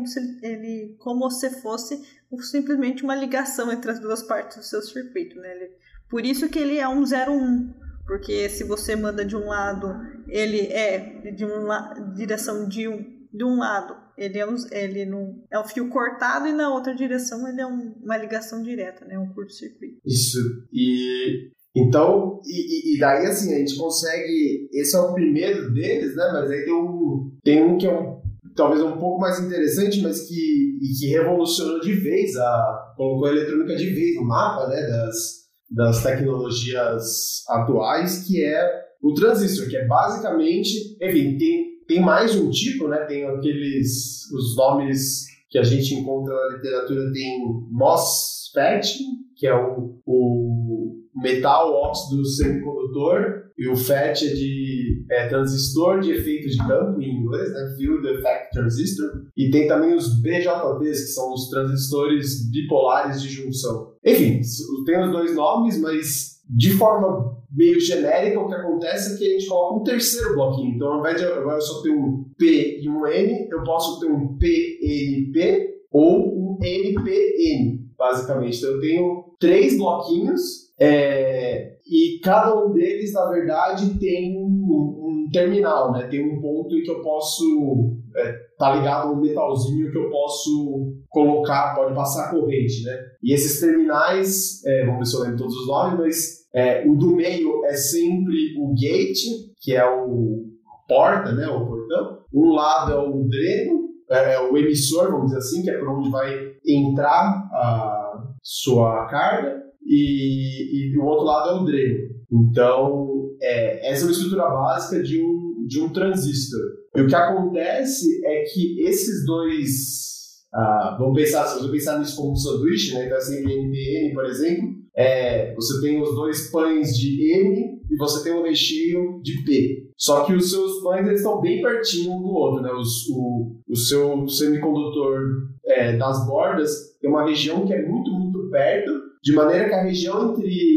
se fosse simplesmente uma ligação entre as duas partes do seu circuito, né? Por isso que ele é um 0,1. Porque se você manda de um lado, ele é de uma direção de um lado, ele é um fio cortado, e na outra direção ele é uma ligação direta, né? Um curto-circuito. Isso. Então, daí assim, a gente consegue... Esse é o primeiro deles, né? Mas aí tem um que é talvez um pouco mais interessante, mas que revolucionou de vez, colocou a eletrônica de vez no mapa, né, das tecnologias atuais, que é o transistor, que é basicamente, enfim, tem mais um tipo, né, tem os nomes que a gente encontra na literatura, tem MOSFET, que é o metal óxido semicondutor, e o FET é de transistor de efeito de campo, em inglês, né? Field Effect Transistor. E tem também os BJTs, que são os transistores bipolares de junção. Enfim, tem os dois nomes, mas de forma meio genérica, o que acontece é que a gente coloca um terceiro bloquinho. Então, ao invés de agora eu só ter um P e um N, eu posso ter um PNP ou um NPN, basicamente. Então, eu tenho 3 bloquinhos, e cada um deles, na verdade, tem um terminal, né? Tem um ponto em que eu posso... tá ligado a um metalzinho que eu posso colocar, pode passar corrente, né? E esses terminais, vamos ver se eu lembro todos os nomes, mas o do meio é sempre o gate, que é a porta, né? O portão. Um lado é o dreno, o emissor, vamos dizer assim, que é por onde vai entrar a sua carga. E do outro lado é o dreno. Então, essa é uma estrutura básica de um transistor. E o que acontece é que esses dois... se você pensar nisso como um sanduíche, né? Então, assim, NPN, por exemplo, você tem os dois pães de N e você tem o recheio de P. Só que os seus pães eles estão bem pertinho um do outro, né? O seu semicondutor das bordas tem uma região que é muito, muito perto, de maneira que a região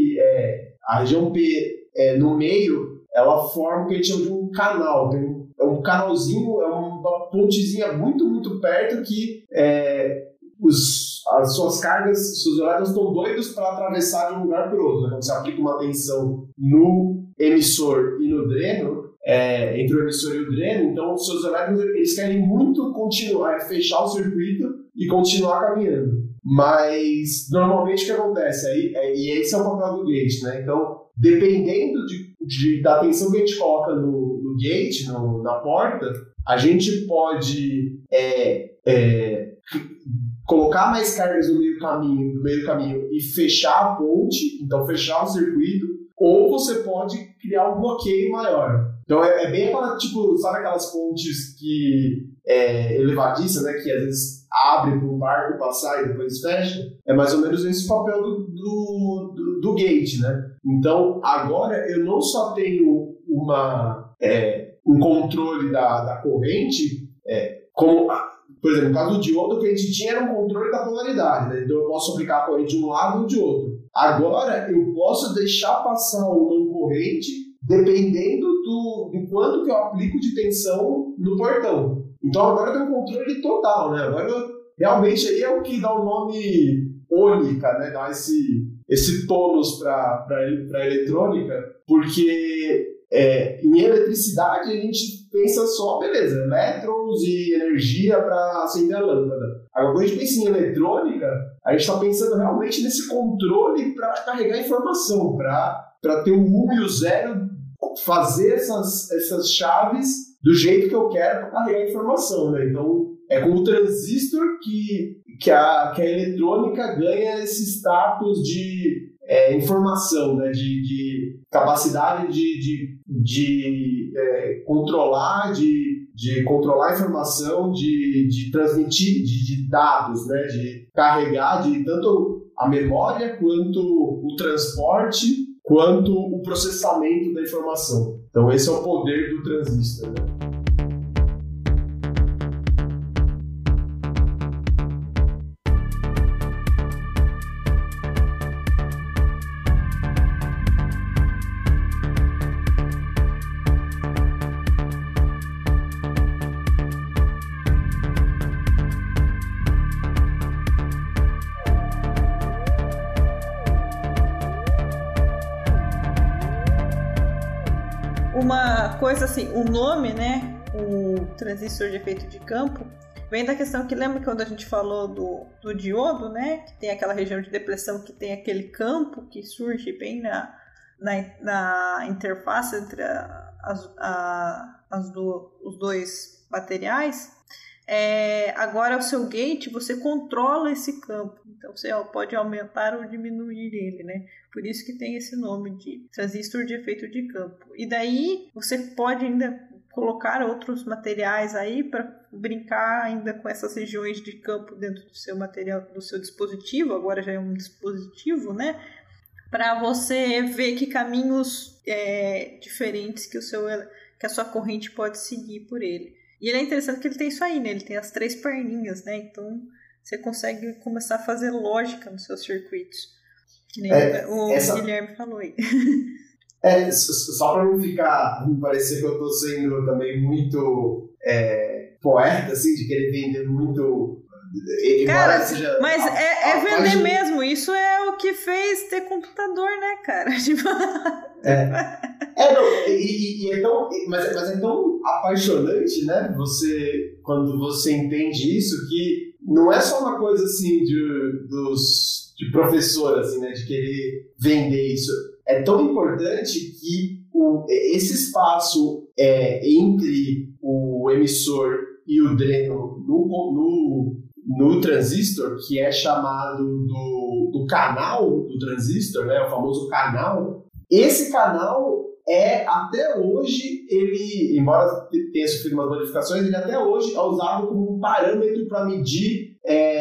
a região P no meio, ela forma o que a gente chama de um canal. É um canalzinho, é uma pontezinha muito, muito perto que as suas cargas, os seus elétrons estão doidos para atravessar de um lugar para o outro. Né? Quando você aplica uma tensão no emissor e no dreno, entre o emissor e o dreno, então os seus elétrons eles querem muito continuar, fechar o circuito e continuar caminhando. Mas, normalmente, o que acontece? E esse é o papel do gate, né? Então, dependendo da tensão que a gente coloca no gate, na porta, a gente pode colocar mais cargas no meio do caminho e fechar a ponte, então fechar o circuito, ou você pode criar um bloqueio maior. Então, é bem aquela, tipo, sabe aquelas pontes elevadiças, né? Que às vezes abre para um barco passar e depois fecha, é mais ou menos esse o papel do gate, né? Então, agora eu não só tenho um controle da corrente, como, por exemplo, no caso do diodo, o que a gente tinha era um controle da polaridade, né? Então eu posso aplicar a corrente de um lado ou de outro. Agora eu posso deixar passar ou não corrente dependendo do quanto que eu aplico de tensão no portão. Então agora eu tenho um controle total, né? Agora realmente aí é o que dá o nome ônica, né? Dá esse tônus para a eletrônica, porque em eletricidade a gente pensa só, beleza, elétrons e energia para acender a lâmpada. Agora, quando a gente pensa em eletrônica, a gente está pensando realmente nesse controle para carregar informação, para ter o 1 e o 0, fazer essas chaves do jeito que eu quero para carregar informação, né? Então, é com o transistor que a eletrônica ganha esse status de informação, né? De capacidade de controlar, de controlar a informação, de transmitir, de dados, né? De carregar de tanto a memória quanto o transporte, quanto o processamento da informação. Então esse é o poder do transistor, né? Uma coisa assim, o nome, né, o transistor de efeito de campo, vem da questão que lembra quando a gente falou do diodo, né, que tem aquela região de depressão que tem aquele campo que surge bem na interface entre os dois materiais. agora o seu gate, você controla esse campo. Então você pode aumentar ou diminuir ele, né? Por isso que tem esse nome de transistor de efeito de campo. E daí você pode ainda colocar outros materiais aí para brincar ainda com essas regiões de campo dentro do seu material, do seu dispositivo. Agora já é um dispositivo, né? Para você ver que caminhos diferentes que a sua corrente pode seguir por ele. E ele é interessante que ele tem isso aí, né? Ele tem as 3 perninhas, né? Então você consegue começar a fazer lógica nos seus circuitos. Que nem Guilherme falou aí. Só para não parecer que eu estou sendo também muito poeta, assim, de querer vender muito. Cara, mas vender mesmo. Isso é o que fez ter computador, né, cara? Mas é tão apaixonante, né? Quando você entende isso, que não é só uma coisa assim de professor, assim, né? De querer vender isso. É tão importante que esse espaço entre o emissor e o dreno no transistor, que é chamado do canal do transistor, né? O famoso canal. Esse canal até hoje, ele, embora tenha sofrido umas modificações, ele até hoje é usado como um parâmetro para medir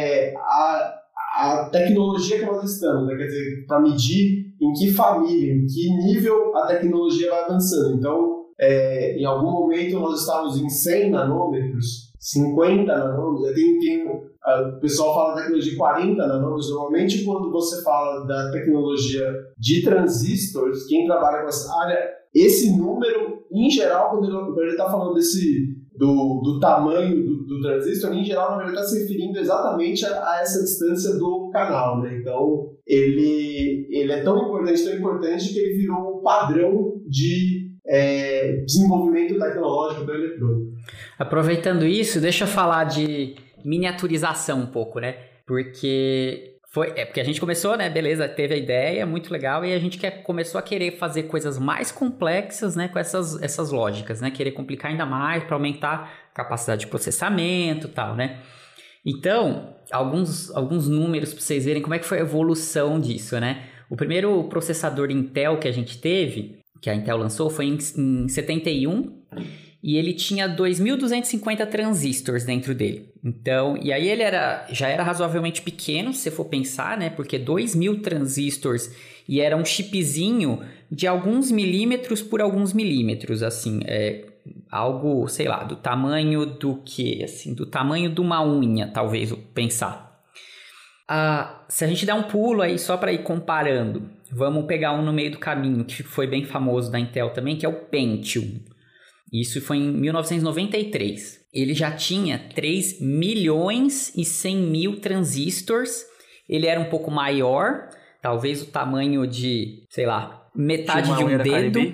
a tecnologia que nós estamos, né? Quer dizer, para medir em que família, em que nível a tecnologia vai avançando. Então, em algum momento nós estávamos em 100 nanômetros, 50 nanômetros, o pessoal fala da tecnologia de 40 nanômetros. Normalmente, quando você fala da tecnologia de transistores, quem trabalha com essa área, esse número, em geral, quando ele está falando do tamanho do transistor, em geral, ele está se referindo exatamente a essa distância do canal, né? Então, ele é tão importante que ele virou um padrão de desenvolvimento tecnológico do eletrônico. Aproveitando isso, deixa eu falar de miniaturização um pouco, né? Porque a gente começou, né? Beleza, teve a ideia, muito legal, e a gente começou a querer fazer coisas mais complexas, né? Com essas lógicas, né? Querer complicar ainda mais para aumentar a capacidade de processamento e tal, né? Então, alguns números para vocês verem como é que foi a evolução disso, né? O primeiro processador Intel que a gente teve, que a Intel lançou, foi em 71, e ele tinha 2.250 transistores dentro dele. Então, e aí ele já era razoavelmente pequeno, se você for pensar, né? Porque 2.000 transistores e era um chipzinho de alguns milímetros por alguns milímetros, assim, algo, sei lá, do tamanho do quê? Assim, do tamanho de uma unha, talvez, pensar. Se a gente der um pulo aí só para ir comparando, vamos pegar um no meio do caminho, que foi bem famoso da Intel também, que é o Pentium. Isso foi em 1993. Ele já tinha 3 milhões e 100 mil transistores. Ele era um pouco maior, talvez o tamanho de, sei lá, metade de um dedo.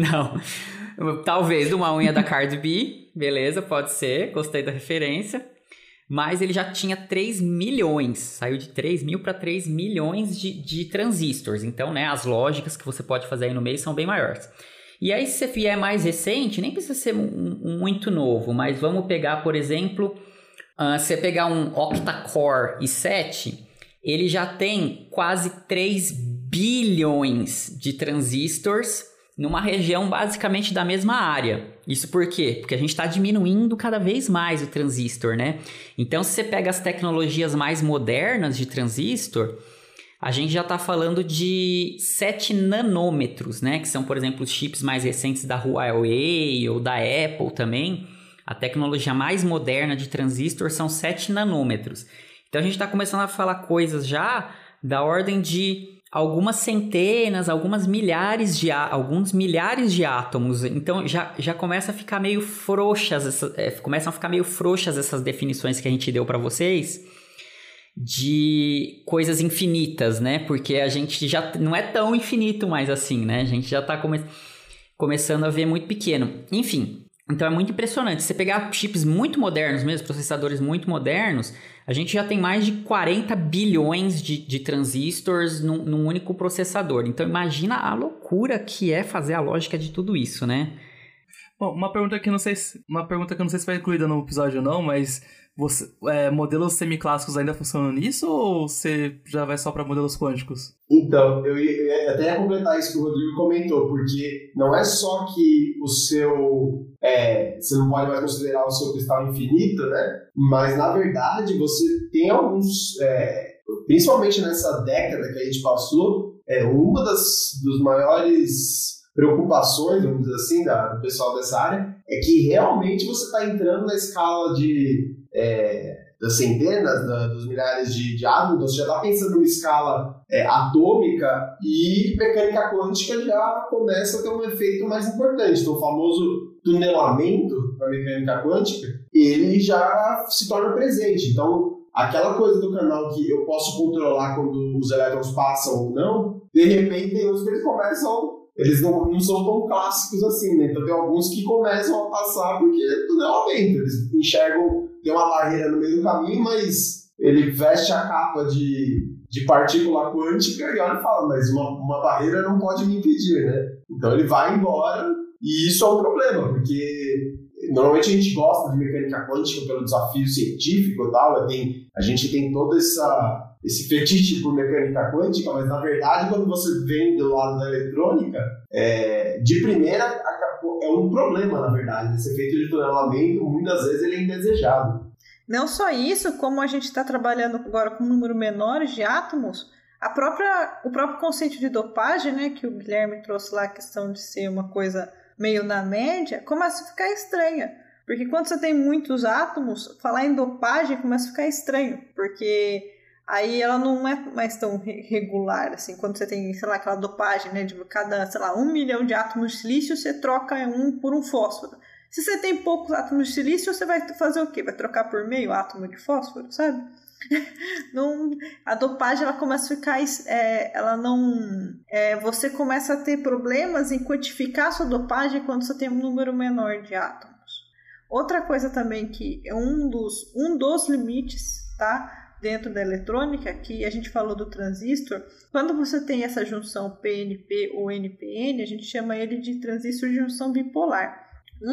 Não, talvez de uma unha da Cardi B. Beleza, pode ser, gostei da referência. Mas ele já tinha 3 milhões, saiu de 3 mil para 3 milhões de transistores. Então, né, as lógicas que você pode fazer aí no meio são bem maiores. E aí, se você vier mais recente, nem precisa ser muito novo, mas vamos pegar, por exemplo, você pegar um octa-core i7, ele já tem quase 3 bilhões de transistores numa região basicamente da mesma área. Isso por quê? Porque a gente está diminuindo cada vez mais o transistor, né? Então, se você pega as tecnologias mais modernas de transistor, a gente já está falando de 7 nanômetros, né? Que são, por exemplo, os chips mais recentes da Huawei ou da Apple também. A tecnologia mais moderna de transistor são 7 nanômetros. Então, a gente está começando a falar coisas já da ordem de algumas centenas, alguns milhares de átomos. Então, já começa a ficar meio frouxas, começam a ficar meio frouxas essas definições que a gente deu para vocês de coisas infinitas, né? Porque a gente já não é tão infinito mais assim, né? A gente já está começando a ver muito pequeno. Enfim, então é muito impressionante. Se você pegar chips muito modernos mesmo, processadores muito modernos, a gente já tem mais de 40 bilhões de transistores num único processador. Então imagina a loucura que é fazer a lógica de tudo isso, né? Bom, uma pergunta que eu não sei se vai incluída no episódio ou não, mas modelos semiclássicos ainda funcionam nisso ou você já vai só para modelos quânticos? Então, eu ia até completar isso que o Rodrigo comentou, porque não é só que o seu... você não pode mais considerar o seu cristal infinito, né? Mas, na verdade, você tem alguns... principalmente nessa década que a gente passou, uma das maiores preocupações, vamos dizer assim, do pessoal dessa área, é que realmente você está entrando na escala das centenas, dos milhares de átomos, você já está pensando em escala atômica, e mecânica quântica já começa a ter um efeito mais importante. Então, o famoso tunelamento da mecânica quântica, ele já se torna presente. Então, aquela coisa do canal que eu posso controlar quando os elétrons passam ou não, de repente tem uns que eles começam... Eles não são tão clássicos assim, né? Então tem alguns que começam a passar porque é tunelamento. Eles enxergam, tem uma barreira no meio do caminho, mas ele veste a capa de partícula quântica e olha e fala, mas uma barreira não pode me impedir, né? Então ele vai embora e isso é um problema, porque normalmente a gente gosta de mecânica quântica pelo desafio científico e tal, a gente tem todo esse fetiche por mecânica quântica, mas na verdade quando você vem do lado da eletrônica, de primeira é um problema, na verdade. Esse efeito de tunelamento, muitas vezes ele é indesejado. Não só isso, como a gente está trabalhando agora com um número menor de átomos, o próprio conceito de dopagem, né, que o Guilherme trouxe lá, a questão de ser uma coisa meio na média, começa a ficar estranha. Porque quando você tem muitos átomos, falar em dopagem começa a ficar estranho, porque aí ela não é mais tão regular, assim, quando você tem, sei lá, aquela dopagem, né, de cada, sei lá, 1 milhão de átomos de silício, você troca um por um fósforo. Se você tem poucos átomos de silício, você vai fazer o quê? Vai trocar por meio átomo de fósforo, sabe? Não, a dopagem, ela começa a ficar, você começa a ter problemas em quantificar a sua dopagem quando você tem um número menor de átomos. Outra coisa também que é um dos limites, tá? Dentro da eletrônica, que a gente falou do transistor, quando você tem essa junção PNP ou NPN, a gente chama ele de transistor de junção bipolar. Um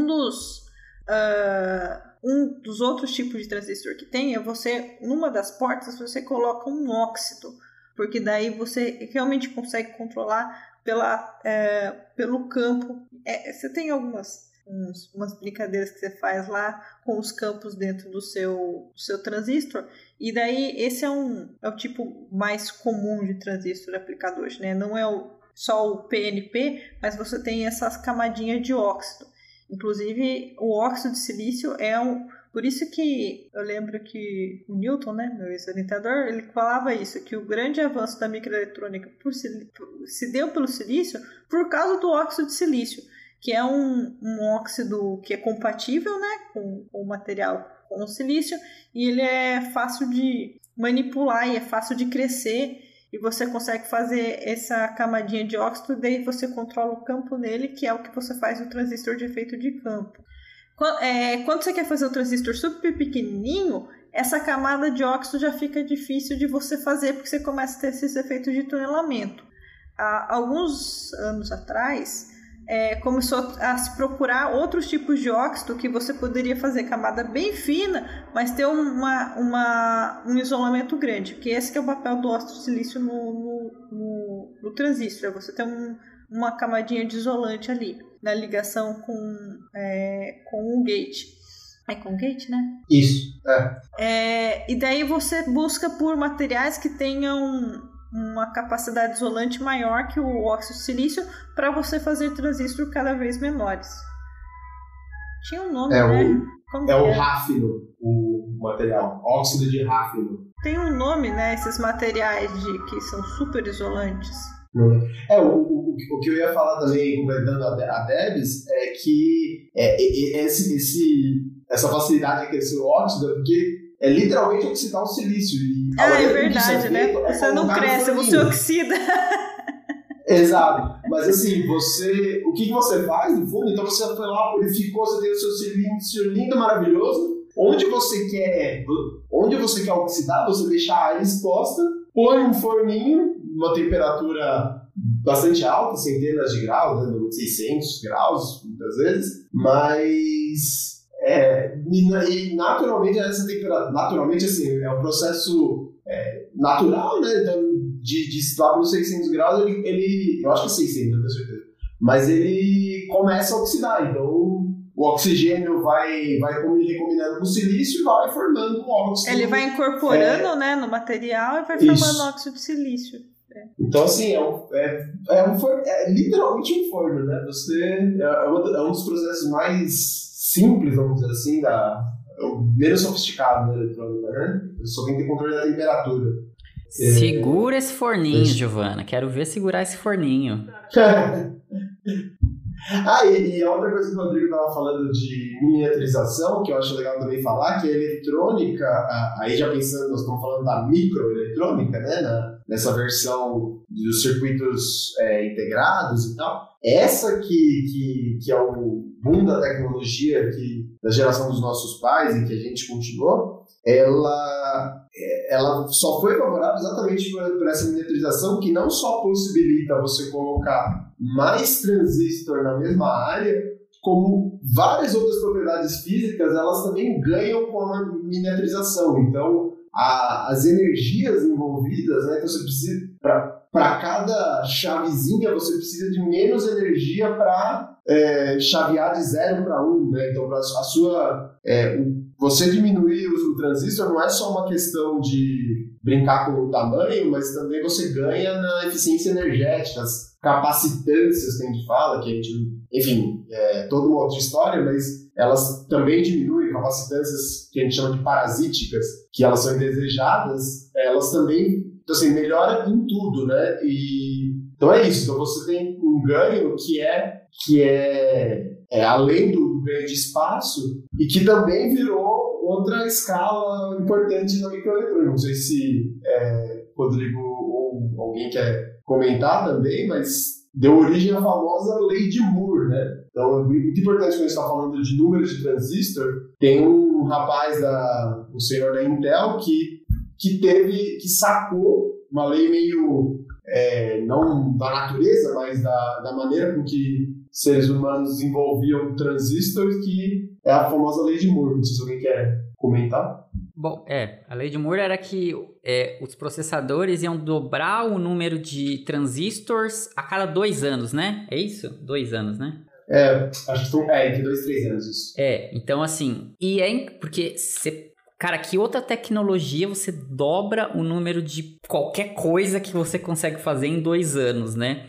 dos outros tipos de transistor que tem é você, numa das portas, você coloca um óxido, porque daí você realmente consegue controlar pelo campo. Você tem umas brincadeiras que você faz lá com os campos dentro do seu transistor, e daí esse é o tipo mais comum de transistor aplicado hoje, né? Não é só o PNP, mas você tem essas camadinhas de óxido. Inclusive, o óxido de silício por isso que eu lembro que o Newton, né, meu ex-orientador, ele falava isso, que o grande avanço da microeletrônica se deu pelo silício por causa do óxido de silício, que é um óxido que é compatível, né, com o material, com o silício, e ele é fácil de manipular e é fácil de crescer, e você consegue fazer essa camadinha de óxido, daí você controla o campo nele, que é o que você faz no transistor de efeito de campo. Quando você quer fazer um transistor super pequenininho, essa camada de óxido já fica difícil de você fazer, porque você começa a ter esses efeitos de tunelamento. Há alguns anos atrás, começou a se procurar outros tipos de óxido que você poderia fazer camada bem fina, mas ter um isolamento grande, porque esse que é o papel do óxido de silício no transistor, você tem uma camadinha de isolante ali, na ligação com o gate. É com gate, né? Isso, E daí você busca por materiais que tenham uma capacidade isolante maior que o óxido de silício para você fazer transistores cada vez menores. Tinha um nome, né? O ráfino, o material, óxido de ráfino. Tem um nome, né? Esses materiais que são super isolantes. O que eu ia falar também, comentando a Debs, é que essa facilidade de crescer o óxido, porque é literalmente oxidar o silício. É verdade, né? Você não cresce, você oxida. Exato. Mas assim, o que você faz, no fundo? Então você foi lá, purificou, você tem o seu silício lindo, maravilhoso. Onde você quer oxidar, você deixa a área exposta, põe um forninho, uma temperatura bastante alta, centenas de graus, né, 600 graus, muitas vezes, mas e naturalmente essa temperatura, naturalmente assim, é um processo natural, né, então de situar para os 600 graus, ele, eu acho que é 600, não tenho certeza, mas ele começa a oxidar, então o oxigênio vai recombinando com o silício e vai formando um óxido. Ele vai incorporando, né, no material e vai formando óxido de silício. Então, assim, é literalmente um forno, né? É um dos processos mais simples, vamos dizer assim, menos sofisticado da eletrônica, né? Só tem que ter controle da temperatura. Segura esse forninho, Giovana. Quero ver segurar esse forninho. E a outra coisa que o Rodrigo estava falando de miniaturização, que eu acho legal também falar, que a eletrônica, aí já pensando, nós estamos falando da microeletrônica, né, nessa versão dos circuitos integrados e tal, essa que é o boom da tecnologia da geração dos nossos pais e que a gente continuou, ela só foi favorável exatamente por essa miniaturização que não só possibilita você colocar mais transistor na mesma área, como várias outras propriedades físicas, elas também ganham com a miniaturização. Então, as energias envolvidas, né, então você precisa, para cada chavezinha, você precisa de menos energia para chavear de 0 para 1. Né? Então, para a sua... você diminuir o transistor não é só uma questão de brincar com o tamanho, mas também você ganha na eficiência energética, as capacitâncias que a gente fala, que a gente, enfim, toda uma outra história, mas elas também diminuem capacitâncias que a gente chama de parasíticas, que elas são indesejadas, elas também, então, assim, melhora em tudo, né? Então é isso, então você tem um ganho que é além do ganho de espaço e que também virou outra escala importante na microeletrônica. Não sei se Rodrigo ou alguém quer comentar também, mas deu origem à famosa lei de Moore, né? Então é muito importante quando a gente está falando de número de transistor. Tem um rapaz, um senhor da Intel que sacou uma lei meio não da natureza, mas da maneira com que seres humanos desenvolviam transistores, que é a famosa lei de Moore. Não sei se alguém quer comentar. Bom, a lei de Moore era que os processadores iam dobrar o número de transistores a cada 2 anos, né? É isso? 2 anos, né? Acho que são entre 2 e 3 anos isso. Então assim, porque cara, que outra tecnologia você dobra o número de qualquer coisa que você consegue fazer em 2 anos, né?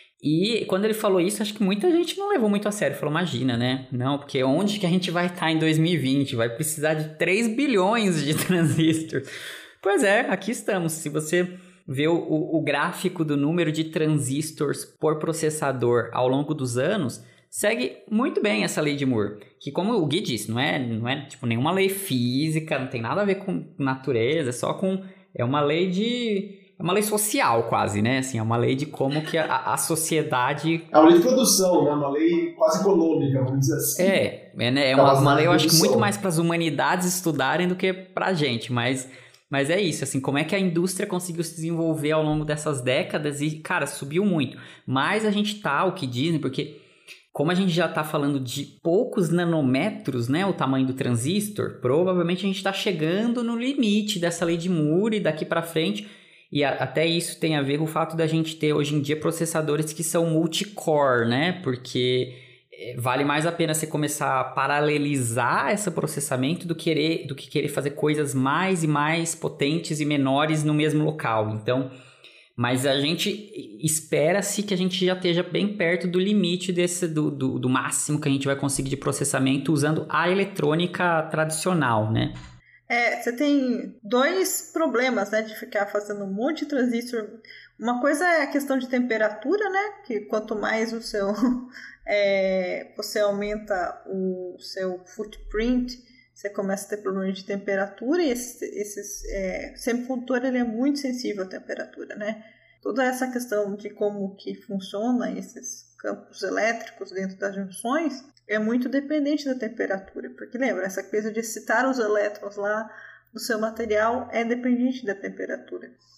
E quando ele falou isso, acho que muita gente não levou muito a sério. Falou, imagina, né? Não, porque onde que a gente vai estar em 2020? Vai precisar de 3 bilhões de transistores. Pois aqui estamos. Se você vê o gráfico do número de transistores por processador ao longo dos anos, segue muito bem essa lei de Moore. Que, como o Gui disse, não é tipo nenhuma lei física, não tem nada a ver com natureza, é uma lei é uma lei social quase, né? Assim, é uma lei de como que a sociedade... É uma lei de produção, né? Uma lei quase econômica, vamos dizer assim. É uma lei, eu acho que muito mais para as humanidades estudarem do que para a gente, mas é isso, assim, como é que a indústria conseguiu se desenvolver ao longo dessas décadas e, cara, subiu muito. Mas a gente o que dizem, porque como a gente já está falando de poucos nanômetros, né, o tamanho do transistor, provavelmente a gente está chegando no limite dessa lei de Moore e daqui para frente... E até isso tem a ver com o fato da gente ter hoje em dia processadores que são multicore, né? Porque vale mais a pena você começar a paralelizar esse processamento do que querer fazer coisas mais e mais potentes e menores no mesmo local. Então, mas a gente espera-se que a gente já esteja bem perto do limite do máximo que a gente vai conseguir de processamento usando a eletrônica tradicional, né? Você tem 2 problemas, né, de ficar fazendo um monte de transistor. Uma coisa é a questão de temperatura, né, que quanto mais você aumenta o seu footprint, você começa a ter problemas de temperatura e semicondutor ele é muito sensível à temperatura, né. Toda essa questão de como que funciona esses campos elétricos dentro das junções é muito dependente da temperatura, porque lembra, essa coisa de excitar os elétrons lá no seu material é dependente da temperatura.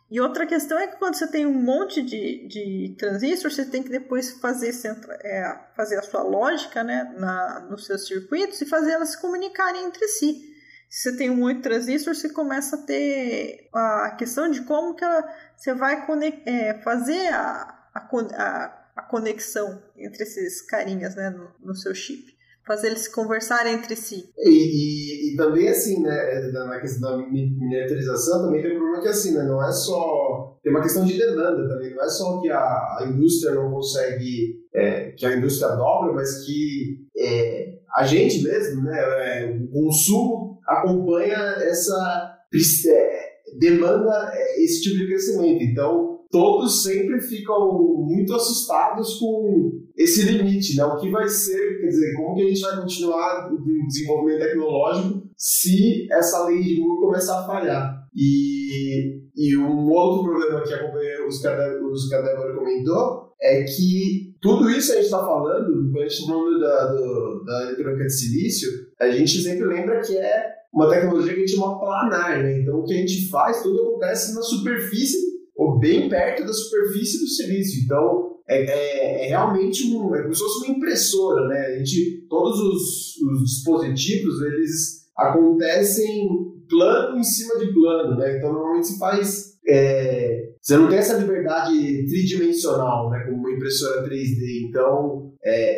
E outra questão é que quando você tem um monte de transistores, você tem que depois fazer a sua lógica, né, nos seus circuitos e fazer elas se comunicarem entre si. Se você tem um monte de transistores, você começa a ter a questão de como que você vai fazer a conexão entre esses carinhas, né, no seu chip. Fazer eles conversarem entre si. E também, assim, né, na questão da miniaturização, também tem um problema que, assim, né, não é só... Tem uma questão de demanda também, não é só que a indústria não consegue... que a indústria dobra, mas que a gente mesmo, né, o consumo acompanha essa demanda, esse tipo de crescimento. Então, todos sempre ficam muito assustados com esse limite, né? O que vai ser, quer dizer, como que a gente vai continuar o desenvolvimento tecnológico se essa lei de Moore começar a falhar? E um outro problema que os que a Débora comentou é que tudo isso a gente está falando, quando a gente está falando da eletrônica de silício, a gente sempre lembra que é uma tecnologia que a gente chama planar, né? Então, o que a gente faz, tudo acontece na superfície, ou bem perto da superfície do silício. Então, realmente como se fosse uma impressora, né? Todos os dispositivos, eles acontecem plano em cima de plano, né? Então, normalmente se faz... você não tem essa liberdade tridimensional, né? Como uma impressora 3D. Então,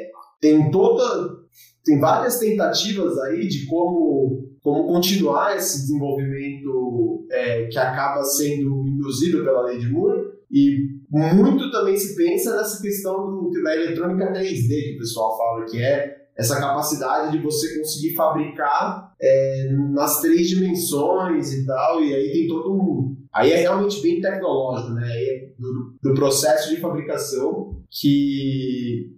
tem várias tentativas aí de como continuar esse desenvolvimento que acaba sendo induzido pela lei de Moore, e muito também se pensa nessa questão da eletrônica 3D, que o pessoal fala, que é essa capacidade de você conseguir fabricar nas 3 dimensões e tal, e aí tem todo aí é realmente bem tecnológico, né? Aí é do processo de fabricação que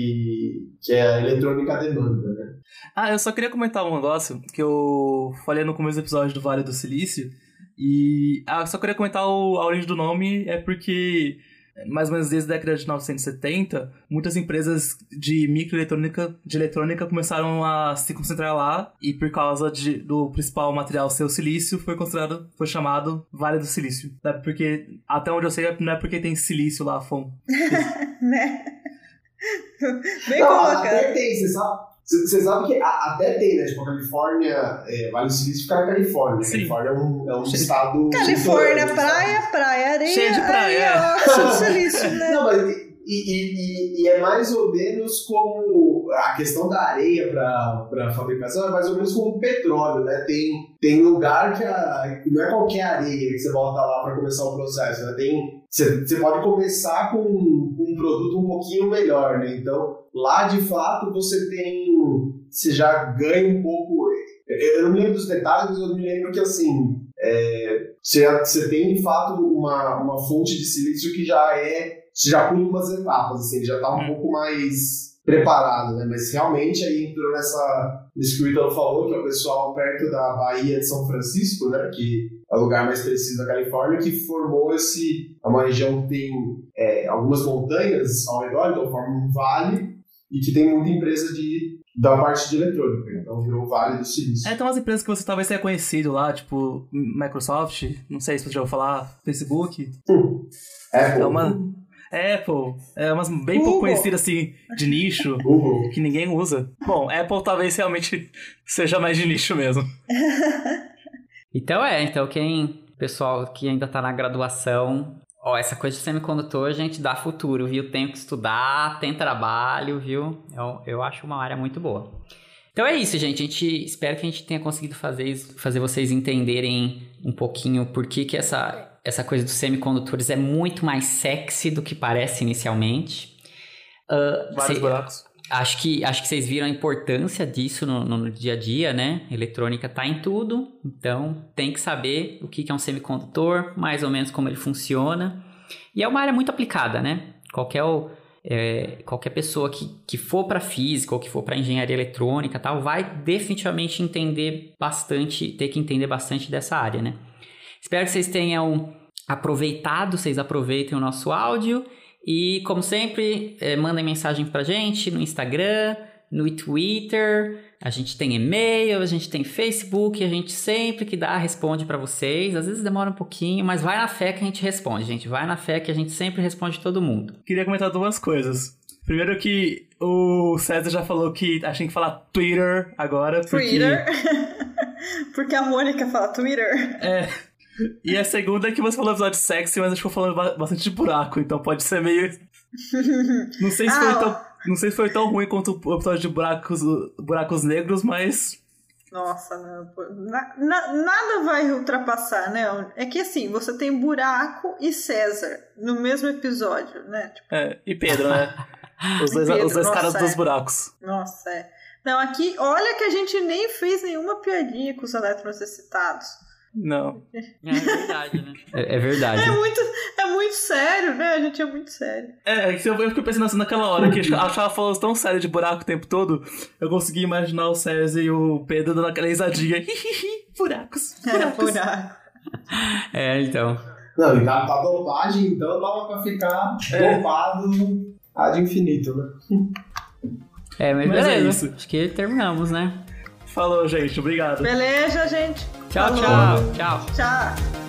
a eletrônica demanda, né? Eu só queria comentar um negócio que eu falei no começo do episódio do Vale do Silício, e eu só queria comentar a origem do nome, porque mais ou menos desde a década de 1970, muitas empresas de eletrônica começaram a se concentrar lá, e por causa do principal material ser o silício, foi chamado Vale do Silício. Porque, até onde eu sei, não é porque tem silício lá, né? Bem não, colocado. Até tem, você sabe que até tem, né? Tipo, a Califórnia, Vale do Silício fica na Califórnia. A Califórnia é um estado... Califórnia, praia, areia... Cheio de praia. Óxido de silício, né? Não, mas é mais ou menos como... A questão da areia para fabricação é mais ou menos como o petróleo, né? Tem lugar que não é qualquer areia que você bota lá para começar o processo, né? Você pode começar com um produto um pouquinho melhor, né? Então, lá, de fato, você já ganha um pouco... Eu não me lembro dos detalhes, mas eu me lembro que, assim, você tem, de fato, uma fonte de silício que você já pula umas etapas, assim, já está um pouco mais preparado, né? Mas, realmente, aí entrou nisso que o Ítalo falou, que é o pessoal perto da Baía de São Francisco, né? Que é o lugar mais preciso da Califórnia, que formou uma região que tem algumas montanhas ao redor, então forma um vale, e que tem muita empresa da parte de eletrônica, então virou o Vale do Silício. Tem umas empresas que você talvez tenha conhecido lá, tipo Microsoft, não sei se você já ouviu falar, Facebook. Apple, umas bem pouco conhecidas assim, de nicho, que ninguém usa. Bom, Apple talvez realmente seja mais de nicho mesmo. Então pessoal que ainda tá na graduação, essa coisa de semicondutor, gente, dá futuro, viu? Tem que estudar, tem trabalho, viu? Eu acho uma área muito boa. Então é isso, gente. Espero que a gente tenha conseguido fazer vocês entenderem um pouquinho por que essa coisa dos semicondutores é muito mais sexy do que parece inicialmente. Vários buracos. Acho que vocês viram a importância disso no dia a dia, né? Eletrônica tá em tudo, então tem que saber o que é um semicondutor, mais ou menos como ele funciona. E é uma área muito aplicada, né? Qualquer pessoa que for para física ou que for para engenharia eletrônica tal, vai definitivamente ter que entender bastante dessa área, né? Espero que vocês tenham aproveitado, vocês aproveitem o nosso áudio. E, como sempre, mandem mensagem pra gente no Instagram, no Twitter, A gente tem e-mail, a gente tem Facebook, a gente sempre que dá responde pra vocês. Às vezes demora um pouquinho, mas vai na fé que a gente responde, gente. Vai na fé que a gente sempre responde todo mundo. Queria comentar duas coisas. Primeiro que o César já falou que a gente tem que falar Twitter agora. Twitter? Porque a Mônica fala Twitter. E a segunda é que você falou episódio sexy, mas a gente ficou falando bastante de buraco, então pode ser meio... Não sei se foi tão ruim quanto o episódio de buracos negros, mas... Nossa, nada vai ultrapassar, né? É que assim, você tem Buraco e César no mesmo episódio, né? Tipo... e Pedro, né? Os dois caras dos buracos. Nossa, Não, aqui, olha que a gente nem fez nenhuma piadinha com os eletrocitados. Não. É verdade, né? É verdade. É muito sério, né? A gente é muito sério. Eu fiquei pensando assim naquela hora que eu achava falando tão sério de buraco o tempo todo, eu consegui imaginar o César e o Pedro dando aquela risadinha. Buracos. Buraco. Então. Não, e tá dopagem, então dá pra ficar dopado ad infinito, né? Mas beleza. é isso. Acho que terminamos, né? Falou, gente. Obrigado. Beleza, gente. Tchau, Falou. tchau. Tchau.